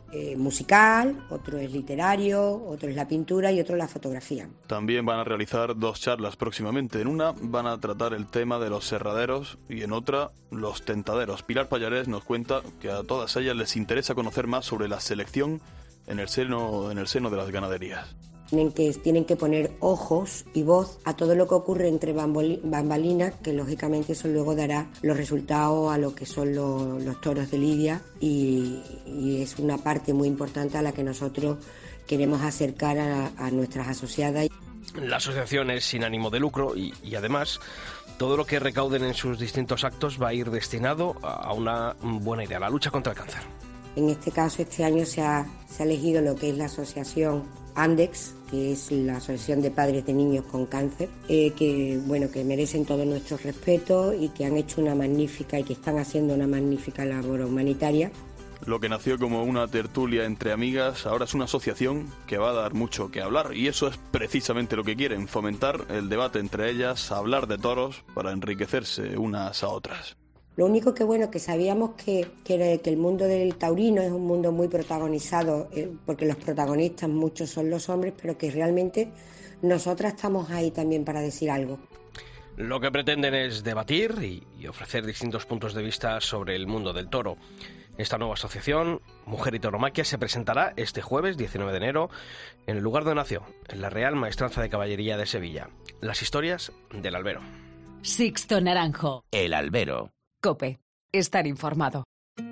musical, otro es literario, otro es la pintura y otro la fotografía. También van a realizar 2 charlas próximamente. En una van a tratar el tema de los serraderos y en otra los tentaderos. Pilar Pallarés nos cuenta que a todas ellas les interesa conocer más sobre la selección en el seno de las ganaderías. Tienen que poner ojos y voz a todo lo que ocurre entre bambalinas, que lógicamente eso luego dará los resultados a lo que son los toros de lidia y es una parte muy importante a la que nosotros queremos acercar a nuestras asociadas. La asociación es sin ánimo de lucro y además todo lo que recauden en sus distintos actos va a ir destinado a una buena idea, la lucha contra el cáncer. En este caso, este año se ha elegido lo que es la asociación ANDEX, que es la Asociación de Padres de Niños con Cáncer, que merecen todo nuestro respeto y que han hecho una magnífica y que están haciendo una magnífica labor humanitaria. Lo que nació como una tertulia entre amigas ahora es una asociación que va a dar mucho que hablar y eso es precisamente lo que quieren, fomentar el debate entre ellas, hablar de toros para enriquecerse unas a otras. Lo único que sabíamos que el mundo del taurino es un mundo muy protagonizado, porque los protagonistas muchos son los hombres, pero que realmente nosotras estamos ahí también para decir algo. Lo que pretenden es debatir y ofrecer distintos puntos de vista sobre el mundo del toro. Esta nueva asociación, Mujer y Tauromaquia, se presentará este jueves 19 de enero en el lugar donde nació, en la Real Maestranza de Caballería de Sevilla. Las historias del albero. Sixto Naranjo. El albero. COPE. Estar informado.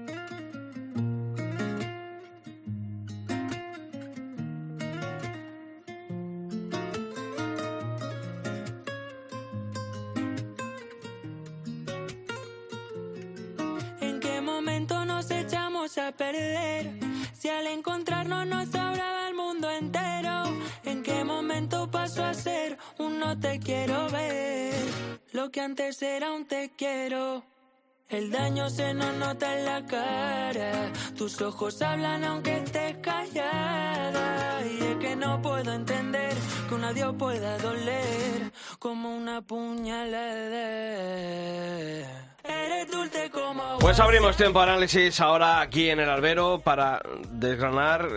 ¿En qué momento nos echamos a perder? Si al encontrarnos nos sobraba el mundo entero. ¿En qué momento pasó a ser un no te quiero ver? Lo que antes era un te quiero. El daño se nos nota en la cara. Tus ojos hablan aunque estés callada. Y es que no puedo entender que un adiós pueda doler como una puñalada. Eres dulce como... Pues abrimos tiempo de análisis ahora aquí en el albero para desgranar,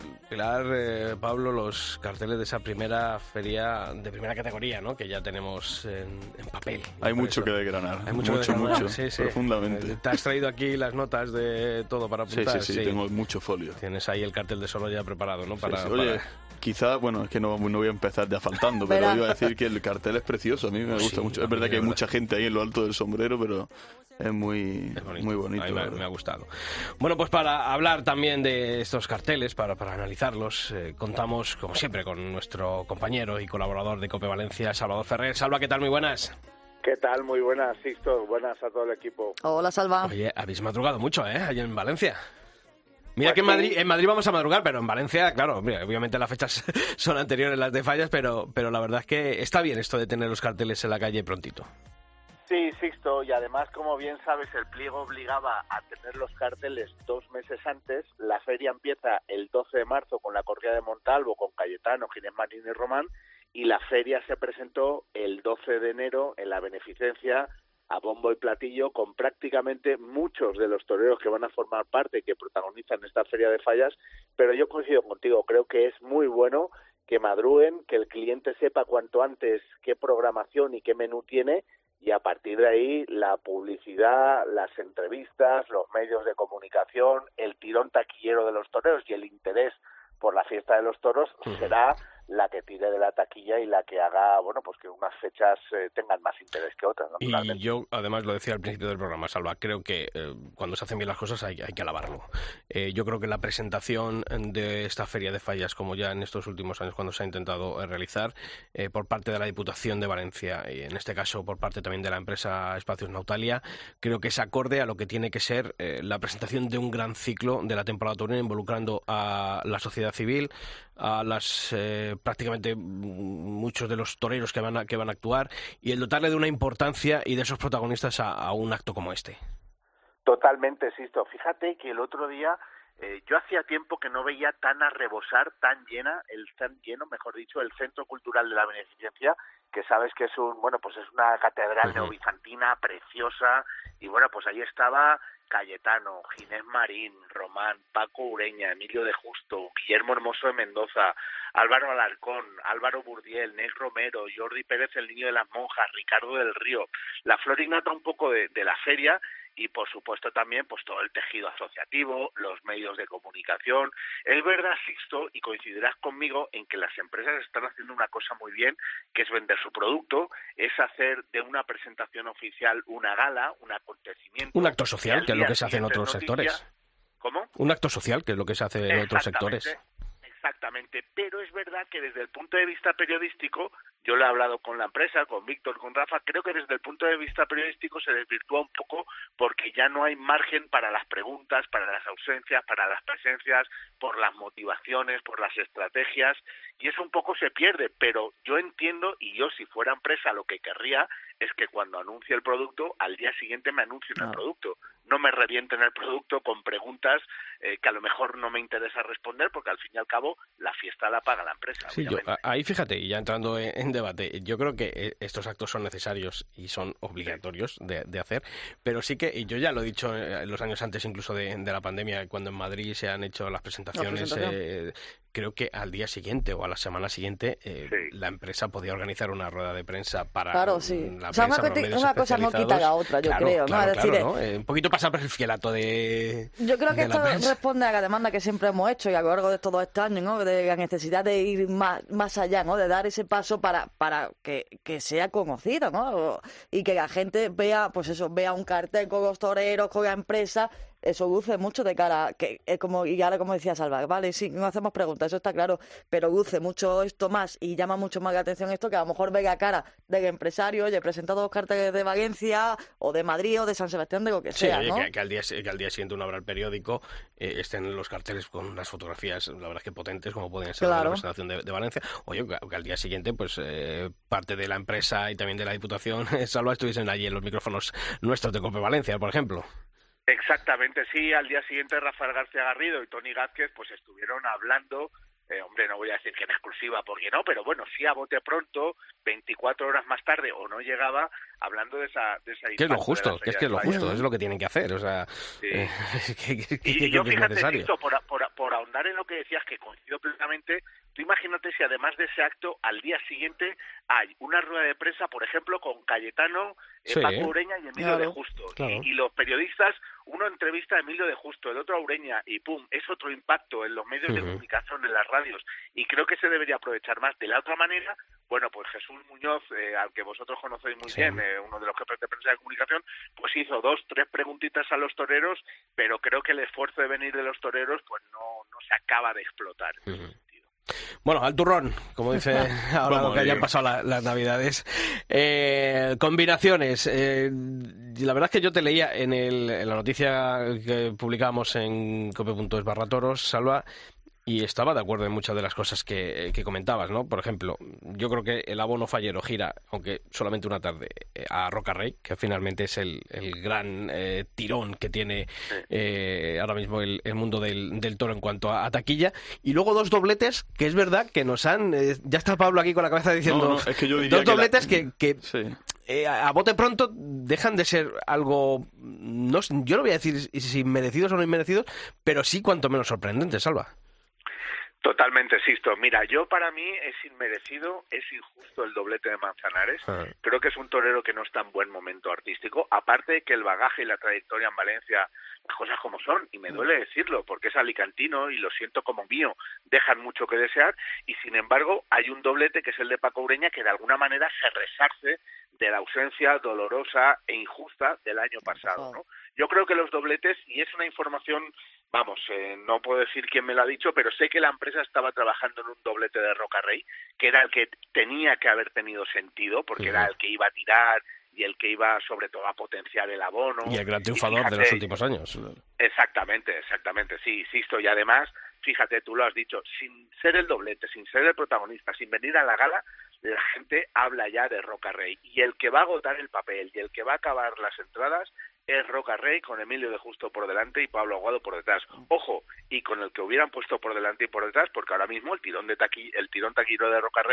Pilar, Pablo, los carteles de esa primera feria de primera categoría, ¿no? Que ya tenemos en papel. Hay mucho que desgranar. Hay mucho, mucho. Sí, profundamente. Te has traído aquí las notas de todo para apuntar. Sí, tengo mucho folio. Tienes ahí el cartel de Solo ya preparado, ¿no? Oye, quizá, es que no voy a empezar ya faltando, pero iba a decir que el cartel es precioso, a mí me gusta mucho. Es verdad que hay mucha gente ahí en lo alto del sombrero, pero es muy bonito. A mí me ha gustado. Bueno, pues para hablar también de estos carteles, para analizarlos, contamos, como siempre, con nuestro compañero y colaborador de COPE Valencia, Salvador Ferrer. Salva, ¿qué tal? Muy buenas. ¿Qué tal? Muy buenas, Sixto. Buenas a todo el equipo. Hola, Salva. Oye, habéis madrugado mucho, allí en Valencia. Mira que en Madrid vamos a madrugar, pero en Valencia, claro, mira, obviamente las fechas son anteriores las de Fallas, pero la verdad es que está bien esto de tener los carteles en la calle prontito. Sí, Sixto, y además, como bien sabes, el pliego obligaba a tener los carteles 2 meses antes. La feria empieza el 12 de marzo con la corrida de Montalvo, con Cayetano, Ginés Marín y Román, y la feria se presentó el 12 de enero en la beneficencia a bombo y platillo, con prácticamente muchos de los toreros que van a formar parte y que protagonizan esta feria de Fallas, pero yo coincido contigo, creo que es muy bueno que madruguen, que el cliente sepa cuanto antes qué programación y qué menú tiene, y a partir de ahí la publicidad, las entrevistas, los medios de comunicación, el tirón taquillero de los toreros y el interés por la fiesta de los toros será la que tire de la taquilla y la que haga, pues que unas fechas tengan más interés que otras, ¿no? Y yo, además, lo decía al principio del programa, Salva, creo que cuando se hacen bien las cosas hay que alabarlo. Yo creo que la presentación de esta Feria de Fallas, como ya en estos últimos años cuando se ha intentado realizar, por parte de la Diputación de Valencia, y en este caso por parte también de la empresa Espacios Nautalia, creo que es acorde a lo que tiene que ser la presentación de un gran ciclo de la temporada taurina, involucrando a la sociedad civil, a las prácticamente muchos de los toreros que van a actuar, y el dotarle de una importancia y de esos protagonistas a un acto como este. Totalmente, Sisto. Fíjate que el otro día yo hacía tiempo que no veía tan a rebosar, tan lleno, mejor dicho, el Centro Cultural de la Beneficencia, que sabes que es es una catedral neobizantina preciosa, y pues ahí estaba Cayetano, Ginés Marín, Román, Paco Ureña, Emilio de Justo, Guillermo Hermoso de Mendoza, Álvaro Alarcón, Álvaro Burdiel, Ney Romero, Jordi Pérez, el Niño de las Monjas, Ricardo del Río, la flor innata un poco de la feria y, por supuesto, también pues todo el tejido asociativo, los medios de comunicación. Es verdad, Sixto, y coincidirás conmigo en que las empresas están haciendo una cosa muy bien, que es vender su producto, es hacer de una presentación oficial una gala, un acontecimiento. Un acto social, que es lo que se hace en otros sectores. ¿Cómo? Un acto social, que es lo que se hace en otros sectores. Exactamente, pero es verdad que desde el punto de vista periodístico, yo le he hablado con la empresa, con Víctor, con Rafa, creo que desde el punto de vista periodístico se desvirtúa un poco porque ya no hay margen para las preguntas, para las ausencias, para las presencias, por las motivaciones, por las estrategias, y eso un poco se pierde, pero yo entiendo, y yo si fuera empresa lo que querría es que cuando anuncie el producto, al día siguiente me anuncien el producto, no me revienten el producto con preguntas que a lo mejor no me interesa responder, porque al fin y al cabo la fiesta la paga la empresa. Sí, ahí fíjate, y ya entrando en debate, yo creo que estos actos son necesarios y son obligatorios de hacer, pero sí que, y yo ya lo he dicho en los años antes incluso de la pandemia, cuando en Madrid se han hecho las presentaciones, creo que al día siguiente o a la semana siguiente la empresa podía organizar una rueda de prensa para la prensa, para los medios una cosa no quita la otra, yo creo, ¿no? Es decir, ¿no? Un poquito pasar por el fielato de... Yo creo que esto responde a la demanda que siempre hemos hecho y a lo largo de todo este año, ¿no? De la necesidad de ir más allá, ¿no? De dar ese paso para que sea conocido, ¿no? Y que la gente vea, pues eso, vea un cartel con los toreros, con la empresa. Eso luce mucho de cara, que es como, y ahora como decía Salva, vale, sí, no hacemos preguntas, eso está claro, pero luce mucho esto más y llama mucho más la atención esto que a lo mejor ve la cara del empresario, oye, presentado los carteles de Valencia o de Madrid o de San Sebastián, de lo que sea, ¿no? Que al día siguiente uno abra el periódico, estén los carteles con las fotografías, la verdad es que potentes, como pueden ser la presentación de Valencia, oye, que al día siguiente, pues parte de la empresa y también de la Diputación, Salva, estuviesen allí en los micrófonos nuestros de COPE Valencia, por ejemplo. Exactamente, sí, al día siguiente Rafael García Garrido y Toni Gázquez pues estuvieron hablando, hombre, no voy a decir que en exclusiva porque no, pero bueno, sí a bote pronto, 24 horas más tarde o no llegaba, hablando de esa que es lo justo, que es lo justo, es lo que tienen que hacer, o sea, sí. Y yo que fíjate, es necesario. Tito, por ahondar en lo que decías, que coincido plenamente, tú imagínate si además de ese acto, al día siguiente hay una rueda de prensa, por ejemplo, con Cayetano, Paco Ureña y Emilio de Justo. Claro. Y los periodistas, uno entrevista a Emilio de Justo, el otro a Ureña, y pum, es otro impacto en los medios de comunicación, en las radios, y creo que se debería aprovechar más. De la otra manera, bueno, pues Jesús Muñoz, al que vosotros conocéis muy bien, uno de los jefes de prensa de comunicación, pues hizo 2-3 preguntitas a los toreros, pero creo que el esfuerzo de venir de los toreros pues no se acaba de explotar. Bueno, al turrón, como dice ahora que hayan pasado las Navidades. Combinaciones. La verdad es que yo te leía en la noticia que publicamos en cope.es/toros, Salva, y estaba de acuerdo en muchas de las cosas que comentabas, ¿no? Por ejemplo, yo creo que el abono fallero gira, aunque solamente una tarde, a Roca Rey, que finalmente es el gran tirón que tiene ahora mismo el mundo del toro en cuanto a taquilla. Y luego 2 dobletes, que es verdad que nos han... ya está Pablo aquí con la cabeza diciendo... es que yo diría 2 dobletes que a bote pronto dejan de ser algo... yo no voy a decir si merecidos o no inmerecidos, pero sí cuanto menos sorprendentes, Salva. Totalmente, Sisto. Mira, yo para mí es inmerecido, es injusto el doblete de Manzanares. Creo que es un torero que no está en buen momento artístico. Aparte de que el bagaje y la trayectoria en Valencia, las cosas como son, y me duele decirlo, porque es alicantino y lo siento como mío, dejan mucho que desear. Y sin embargo, hay un doblete que es el de Paco Ureña que de alguna manera se resarce de la ausencia dolorosa e injusta del año pasado, ¿no? Yo creo que los dobletes, y es una información, vamos, no puedo decir quién me lo ha dicho, pero sé que la empresa estaba trabajando en un doblete de Roca Rey, que era el que tenía que haber tenido sentido, porque era el que iba a tirar y el que iba sobre todo a potenciar el abono. Y el gran triunfador de los últimos años. Exactamente, sí, insisto, y además, fíjate, tú lo has dicho, sin ser el doblete, sin ser el protagonista, sin venir a la gala, la gente habla ya de Roca Rey, y el que va a agotar el papel y el que va a acabar las entradas es Roca Rey, con Emilio de Justo por delante y Pablo Aguado por detrás. Ojo, y con el que hubieran puesto por delante y por detrás, porque ahora mismo el tirón taquillero de Roca Rey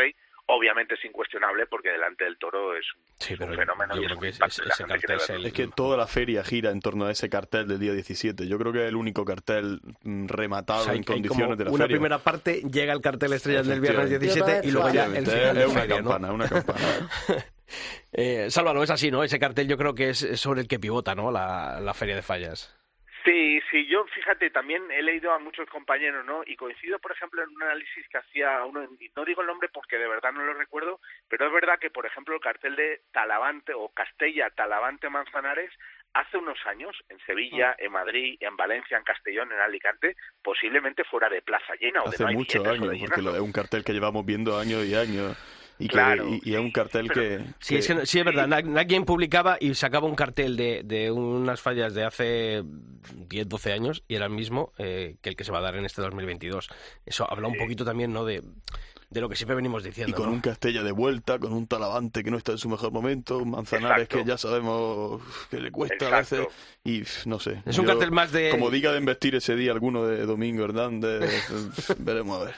obviamente es incuestionable porque delante del toro es un fenómeno. Yo y creo que impacto y la ese gente quiere cartel verlo. Es que toda la feria gira en torno a ese cartel del día 17. Yo creo que es el único cartel rematado O sea, en condiciones de la una feria. primera parte llega el cartel estrella del viernes Efectivamente. 17 y luego ya el final de es una feria, ¿no? campana, una campana. Sálvalo, es así, ¿no? Ese cartel yo creo que es sobre el que pivota, ¿no? La feria de fallas. Sí, yo fíjate, también he leído a muchos compañeros, ¿no? Y coincido, por ejemplo, en un análisis que hacía uno, y no digo el nombre porque de verdad no lo recuerdo, pero es verdad que, por ejemplo, el cartel de Talavante o Castella, Talavante, Manzanares, hace unos años, en Sevilla, en Madrid, en Valencia, en Castellón, en Alicante, posiblemente fuera de plaza llena o de Hace no hay muchos billetes o años, de porque llenarlo. es un cartel que llevamos viendo años y años. Y, Claro, y es un cartel que... Sí, es verdad. Alguien publicaba y sacaba un cartel de unas fallas de hace 10, 12 años y era el mismo que el que se va a dar en este 2022. Eso habla un poquito también, ¿no?, de lo que siempre venimos diciendo. Y con un Castella de vuelta, con un Talavante que no está en su mejor momento, un Manzanares que ya sabemos que le cuesta a veces. Y no sé. Es un cartel más de... Como diga de investir ese día alguno de Domingo Hernández, veremos a ver.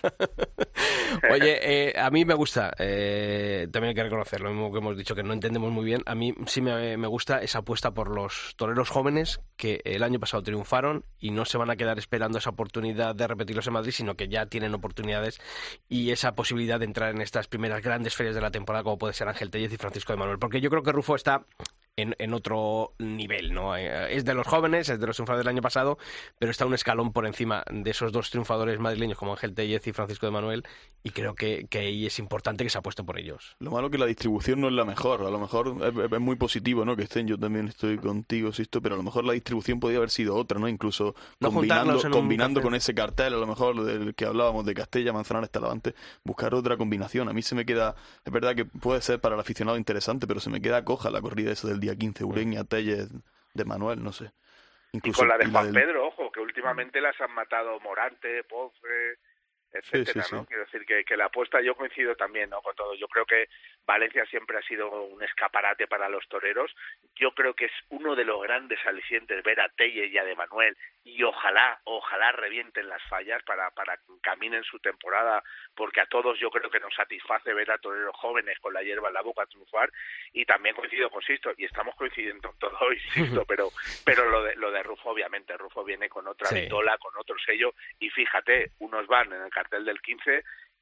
Oye, a mí me gusta, también hay que reconocer lo mismo que hemos dicho, que no entendemos muy bien. A mí sí me gusta esa apuesta por los toreros jóvenes que el año pasado triunfaron y no se van a quedar esperando esa oportunidad de repetirlos en Madrid, sino que ya tienen oportunidades y esa posibilidad de entrar en estas primeras grandes ferias de la temporada, como puede ser Ángel Tellez y Francisco de Manuel. Porque yo creo que Rufo está en otro nivel, ¿no? Es de los jóvenes, es de los triunfadores del año pasado, pero está un escalón por encima de esos dos triunfadores madrileños como Ángel Tellez y Francisco de Manuel, y creo que ahí es importante que se apueste por ellos. Lo malo que la distribución no es la mejor. A lo mejor es muy positivo, ¿no?, que estén. Yo también estoy contigo, Sisto, pero a lo mejor la distribución podría haber sido otra, ¿no? Incluso No combinando con ese cartel, a lo mejor del que hablábamos de Castella, Manzanares, Talavante, buscar otra combinación. A mí se me queda... Es verdad que puede ser para el aficionado interesante, pero se me queda coja la corrida esa del día 15, Ureña, Tellez, de Manuel, no sé. Incluso, y con la de Juan Pedro, ojo, que últimamente las han matado Morante, Ponce, etcétera, sí. ¿no? Quiero decir que la apuesta, yo coincido también, ¿no?, con todo. Yo creo que Valencia siempre ha sido un escaparate para los toreros. Yo creo que es uno de los grandes alicientes ver a Tellez y a de Manuel, y ojalá revienten las fallas para que caminen su temporada, porque a todos yo creo que nos satisface ver a toreros jóvenes con la hierba en la boca triunfar. Y también coincido con Sisto, y estamos coincidiendo en todo hoy, Sisto, pero lo de Rufo, obviamente, Rufo viene con otra vitola, con otro sello, y fíjate, unos van en el cartel del 15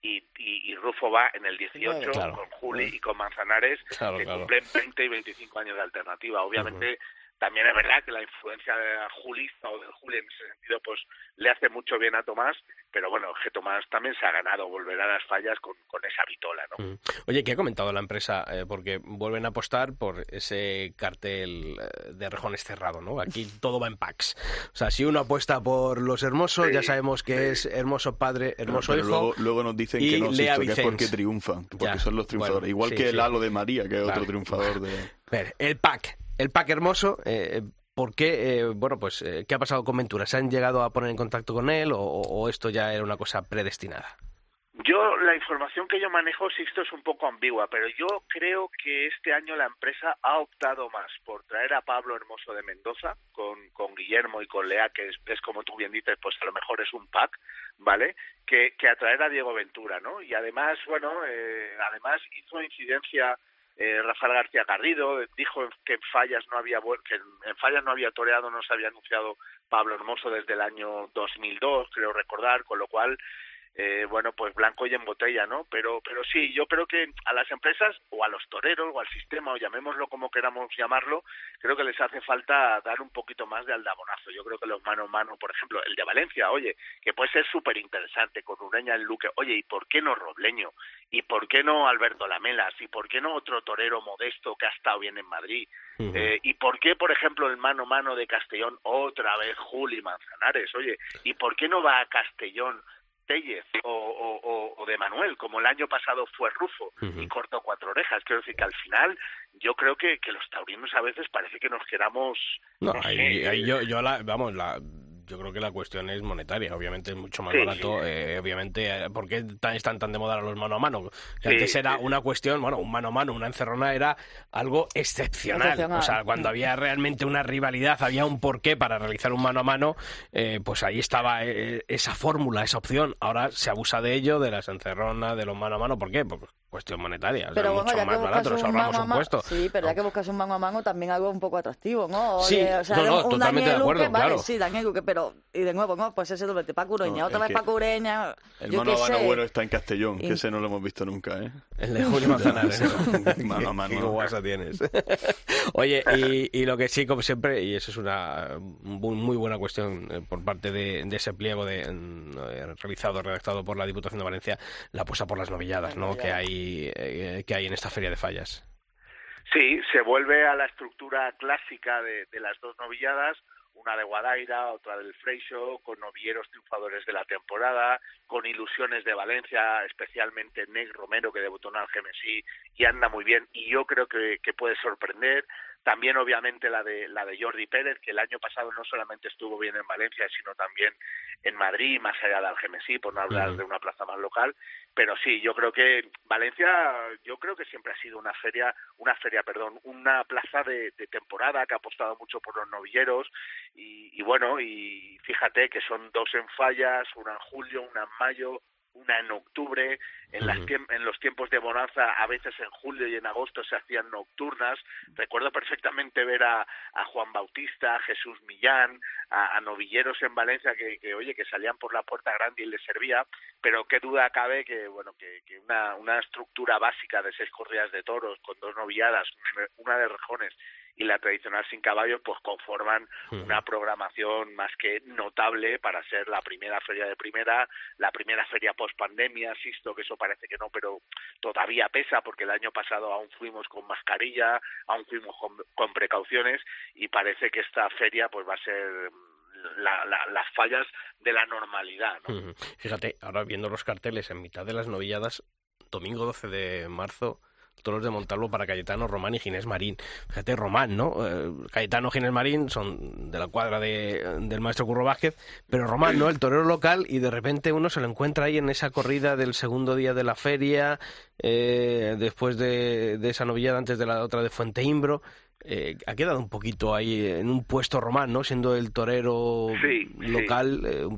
y Rufo va en el 18 con Juli y con Manzanares, que cumplen 20 y 25 años de alternativa. Obviamente también es verdad que la influencia de Juli o del Juli en ese sentido pues le hace mucho bien a Tomás, pero bueno, que Tomás también se ha ganado volver a las fallas con esa vitola, ¿no? Oye, ¿qué ha comentado la empresa? Porque vuelven a apostar por ese cartel de rejones cerrado, ¿no? Aquí todo va en packs. O sea, si uno apuesta por los Hermosos, ya sabemos que es Hermoso padre, Hermoso hijo. Luego nos dicen y que no, Lea que es Vicens. porque triunfan, porque son los triunfadores. Igual que el Halo de María, que es otro triunfador de... Ver, el pack Hermoso, ¿por qué? ¿Qué ha pasado con Ventura? ¿Se han llegado a poner en contacto con él o esto ya era una cosa predestinada? La información que yo manejo, Sixto, es un poco ambigua, pero yo creo que este año la empresa ha optado más por traer a Pablo Hermoso de Mendoza con Guillermo y con Lea, que es como tú bien dices, pues a lo mejor es un pack, ¿vale?, que a traer a Diego Ventura, ¿no? Y además, además hizo incidencia Rafael García Garrido, dijo que en Fallas no había toreado, no se había anunciado Pablo Hermoso desde el año 2002, creo recordar, con lo cual pues blanco y en botella, ¿no? Pero sí, yo creo que a las empresas o a los toreros o al sistema, o llamémoslo como queramos llamarlo, creo que les hace falta dar un poquito más de aldabonazo. Yo creo que los mano a mano, por ejemplo, el de Valencia, oye, que puede ser súper interesante con Ureña en Luque, oye, ¿y por qué no Robleño? ¿Y por qué no Alberto Lamelas? ¿Y por qué no otro torero modesto que ha estado bien en Madrid? ¿Y por qué, por ejemplo, el mano a mano de Castellón otra vez Juli Manzanares? Oye, ¿y por qué no va a Castellón Tellez o de Manuel, como el año pasado fue Rufo y cortó 4 orejas? Quiero decir que al final yo creo que los taurinos a veces parece que nos queramos... yo creo que la cuestión es monetaria, obviamente es mucho más Sí, barato, sí. obviamente, ¿por qué están tan de moda los mano a mano? Que Sí, antes era sí. una cuestión, bueno, un mano a mano, una encerrona era algo excepcional. O sea, cuando había realmente una rivalidad, había un porqué para realizar un mano a mano, pues ahí estaba esa fórmula, esa opción. Ahora se abusa de ello, de las encerronas, de los mano a mano, ¿por qué? Pues cuestión monetaria, o sea, Pero bueno, mucho ya más que barato, nos buscas un ahorramos mano a un mano, puesto. sí, pero ya que buscas un mano a mano, también algo un poco atractivo, ¿no? Sí, o sea, no, un totalmente de Daniel acuerdo, Luque, vale, claro. sí, Daniel Luque, pero, y de nuevo, ¿no? Pues ese doblete para Cureña, No, otra es vez que para Cureña, El yo mano qué a mano sé. bueno está en Castellón, que ese no lo hemos visto nunca, ¿eh? El de Julio Manzanares, ¿no? Mano a mano. Qué guasa tienes. Oye, y lo que sí, como siempre, y eso es una muy buena cuestión por parte de ese pliego redactado por la Diputación de Valencia, la apuesta por las novilladas, ¿no? Que hay en esta feria de fallas. Sí, se vuelve a la estructura clásica de las dos novilladas, una de Guadaira, otra del Freixo, con novilleros triunfadores de la temporada, con ilusiones de Valencia, especialmente Nec Romero, que debutó en Algemesí y anda muy bien, y yo creo que puede sorprender. También, obviamente, la de Jordi Pérez, que el año pasado no solamente estuvo bien en Valencia, sino también en Madrid, más allá de Algemesí, por no hablar de una plaza más local. Pero sí, yo creo que Valencia, yo creo que siempre ha sido una plaza de temporada que ha apostado mucho por los novilleros y bueno, y fíjate que son dos en fallas, una en julio, una en mayo, una en octubre, en los tiempos de bonanza, a veces en julio y en agosto se hacían nocturnas. Recuerdo perfectamente ver a Juan Bautista, a Jesús Millán, a novilleros en Valencia que salían por la puerta grande y les servía, pero qué duda cabe que una estructura básica de 6 corridas de toros con 2 novilladas, una de rejones y la tradicional sin caballos, pues conforman una programación más que notable para ser la primera feria de primera, la primera feria post-pandemia. Asisto que eso parece que no, pero todavía pesa, porque el año pasado aún fuimos con mascarilla, aún fuimos con precauciones, y parece que esta feria pues va a ser las fallas de la normalidad, ¿no? Fíjate, ahora viendo los carteles en mitad de las novilladas, domingo 12 de marzo... toros de Montalvo para Cayetano, Román y Ginés Marín. Fíjate, Román, ¿no? Cayetano, Ginés Marín son de la cuadra del maestro Curro Vázquez, pero Román, ¿no? El torero local, y de repente uno se lo encuentra ahí en esa corrida del segundo día de la feria, después de esa novillada, antes de la otra de Fuenteimbro. Ha quedado un poquito ahí en un puesto Román, ¿no? Siendo el torero local,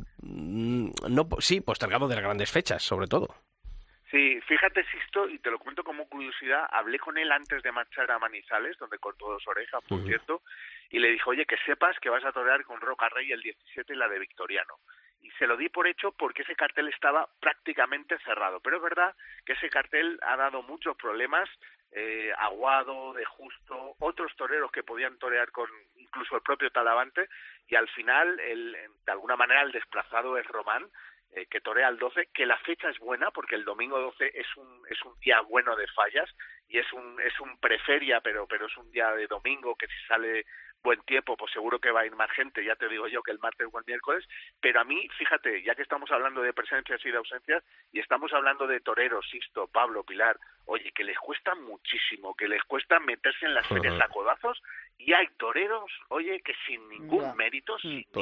postergado de las grandes fechas, sobre todo. Sí, fíjate, Sisto, y te lo cuento como curiosidad, hablé con él antes de marchar a Manizales, donde cortó 2 orejas, por cierto, y le dijo, oye, que sepas que vas a torear con Roca Rey el 17 en la de Victoriano. Y se lo di por hecho porque ese cartel estaba prácticamente cerrado. Pero es verdad que ese cartel ha dado muchos problemas, Aguado, De Justo, otros toreros que podían torear con incluso el propio Talavante, y al final, de alguna manera, el desplazado es Román, que torea el 12, que la fecha es buena porque el domingo 12 es un día bueno de fallas y es un preferia, pero es un día de domingo que si sale buen tiempo, pues seguro que va a ir más gente, ya te digo yo que el martes o el miércoles. Pero a mí, fíjate, ya que estamos hablando de presencias y de ausencias y estamos hablando de toreros, Sisto, Pablo, Pilar, oye, que les cuesta muchísimo, que les cuesta meterse en las ferias a codazos, y hay toreros, oye, que sin ningún mérito,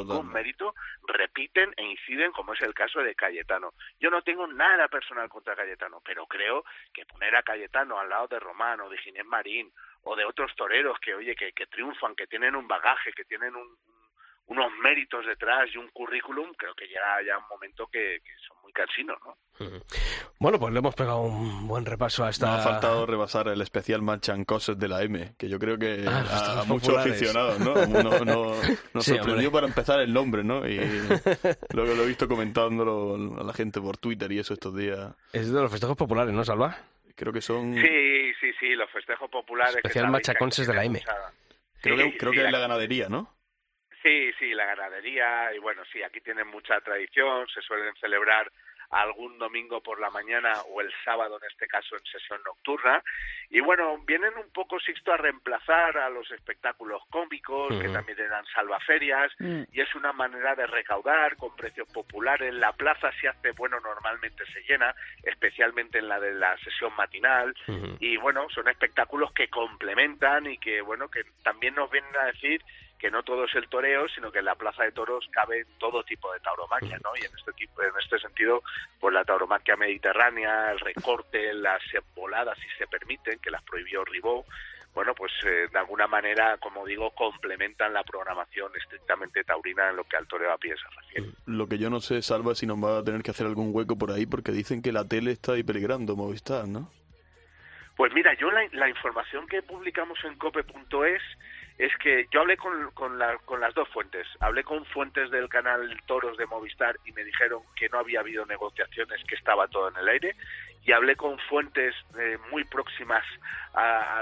repiten e inciden, como es el caso de Cayetano. Yo no tengo nada personal contra Cayetano, pero creo que poner a Cayetano al lado de Román o de Ginés Marín o de otros toreros que, oye, que triunfan, que tienen un bagaje, que tienen unos méritos detrás y un currículum, creo que ya un momento que son muy cansinos, ¿no? Bueno, pues le hemos pegado un buen repaso a esta... Nos ha faltado repasar el especial Machancoses de la M, que yo creo que a muchos populares. Aficionados, ¿no? Nos sorprendió para empezar el nombre, ¿no? Y luego lo he visto comentándolo a la gente por Twitter y eso estos días. Es de los festejos populares, ¿no, Salva? Creo que son... Sí, los festejos populares. Especial Machaconses de la M. Creo que es la ganadería, ¿no? Sí, la ganadería, y bueno, sí, aquí tienen mucha tradición, se suelen celebrar algún domingo por la mañana o el sábado, en este caso, en sesión nocturna. Y bueno, vienen un poco, Sixto, a reemplazar a los espectáculos cómicos, que también eran salvaferias, y es una manera de recaudar con precios populares. La plaza se hace, normalmente se llena, especialmente en la de la sesión matinal, y bueno, son espectáculos que complementan y que, que también nos vienen a decir que no todo es el toreo, sino que en la plaza de toros cabe todo tipo de tauromaquia, ¿no? Y en este sentido, pues la tauromaquia mediterránea, el recorte, las voladas, si se permiten, que las prohibió Ribó, bueno, pues de alguna manera, como digo, complementan la programación estrictamente taurina en lo que al toreo a pie se refiere. Lo que yo no sé, Salva, es si nos va a tener que hacer algún hueco por ahí, porque dicen que la tele está ahí peligrando, Movistar, ¿no? Pues mira, yo la información que publicamos en cope.es es que yo hablé con las dos fuentes. Hablé con fuentes del canal Toros de Movistar y me dijeron que no había habido negociaciones, que estaba todo en el aire. Y hablé con fuentes muy próximas a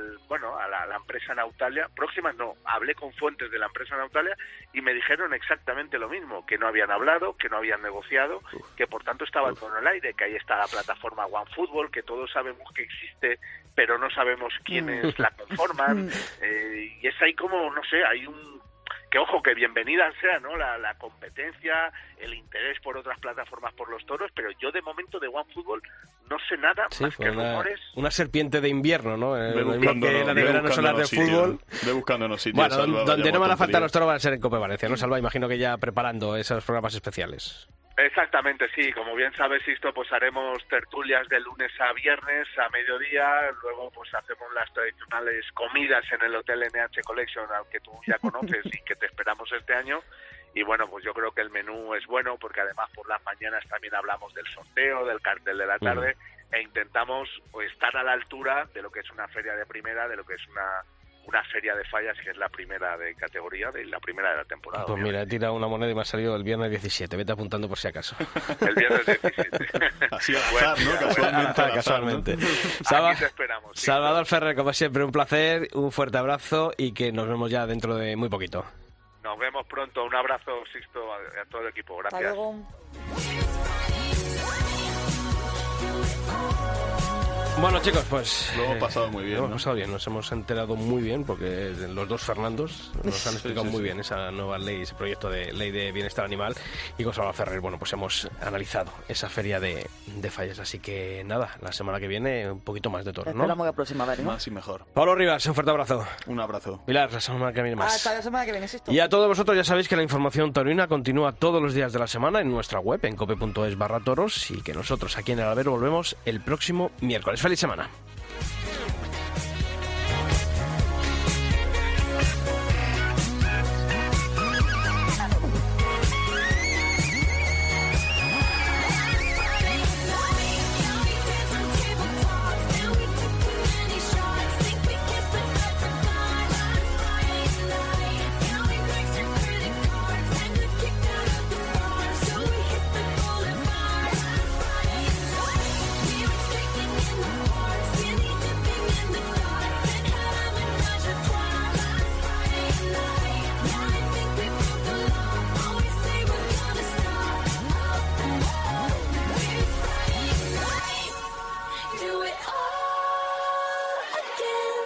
la empresa Nautalia. Próximas no, hablé con fuentes de la empresa Nautalia y me dijeron exactamente lo mismo, que no habían hablado, que no habían negociado, que por tanto estaba todo en el aire, que ahí está la plataforma OneFootball, que todos sabemos que existe, pero no sabemos quiénes la conforman. Y es ahí como, no sé, hay que ojo, que bienvenida sea, ¿no? La competencia, el interés por otras plataformas por los toros, pero yo de momento de OneFootball no sé nada más que rumores. Una serpiente de invierno, ¿no? Lo mismo que la de verano son las de fútbol. Ve buscándonos sitios. Bueno, Salva, donde no van a faltar los toros van a ser en Cope Valencia, ¿no, Salva? Imagino que ya preparando esos programas especiales. Exactamente, sí. Como bien sabes, Sisto, pues haremos tertulias de lunes a viernes a mediodía. Luego, pues hacemos las tradicionales comidas en el Hotel NH Collection, al que tú ya conoces y que te esperamos este año. Y bueno, pues yo creo que el menú es bueno porque además por las mañanas también hablamos del sorteo, del cartel de la tarde e intentamos pues, estar a la altura de lo que es una feria de primera, de lo que es una feria de fallas, que es la primera de categoría, la primera de la temporada. Pues mira, he tirado una moneda y me ha salido el viernes 17. Vete apuntando por si acaso. El viernes 17. Así al azar, ¿no? Casualmente. Aquí te esperamos. Sí, Salvador Ferrer, como siempre, un placer, un fuerte abrazo y que nos vemos ya dentro de muy poquito. Nos vemos pronto. Un abrazo, Sixto, a todo el equipo. Gracias. Hasta luego. Bueno, chicos, pues... Lo hemos pasado muy bien, Lo hemos pasado bien, nos hemos enterado muy bien porque los dos Fernandos nos han explicado muy bien esa nueva ley, ese proyecto de ley de bienestar animal, y con Salvador Ferrer, bueno, pues hemos analizado esa feria de fallas, así que nada, la semana que viene un poquito más de todo, ¿no? Esperamos la próxima vez, ¿no? Más y mejor. Pablo Rivas, un fuerte abrazo. Un abrazo. Pilar, la semana que viene más. Hasta la semana que viene, Sisto. Y a todos vosotros ya sabéis que la información taurina continúa todos los días de la semana en nuestra web, en cope.es/toros, y que nosotros aquí en el Albero volvemos el próximo miércoles. ¡Feliz semana! Do it all again.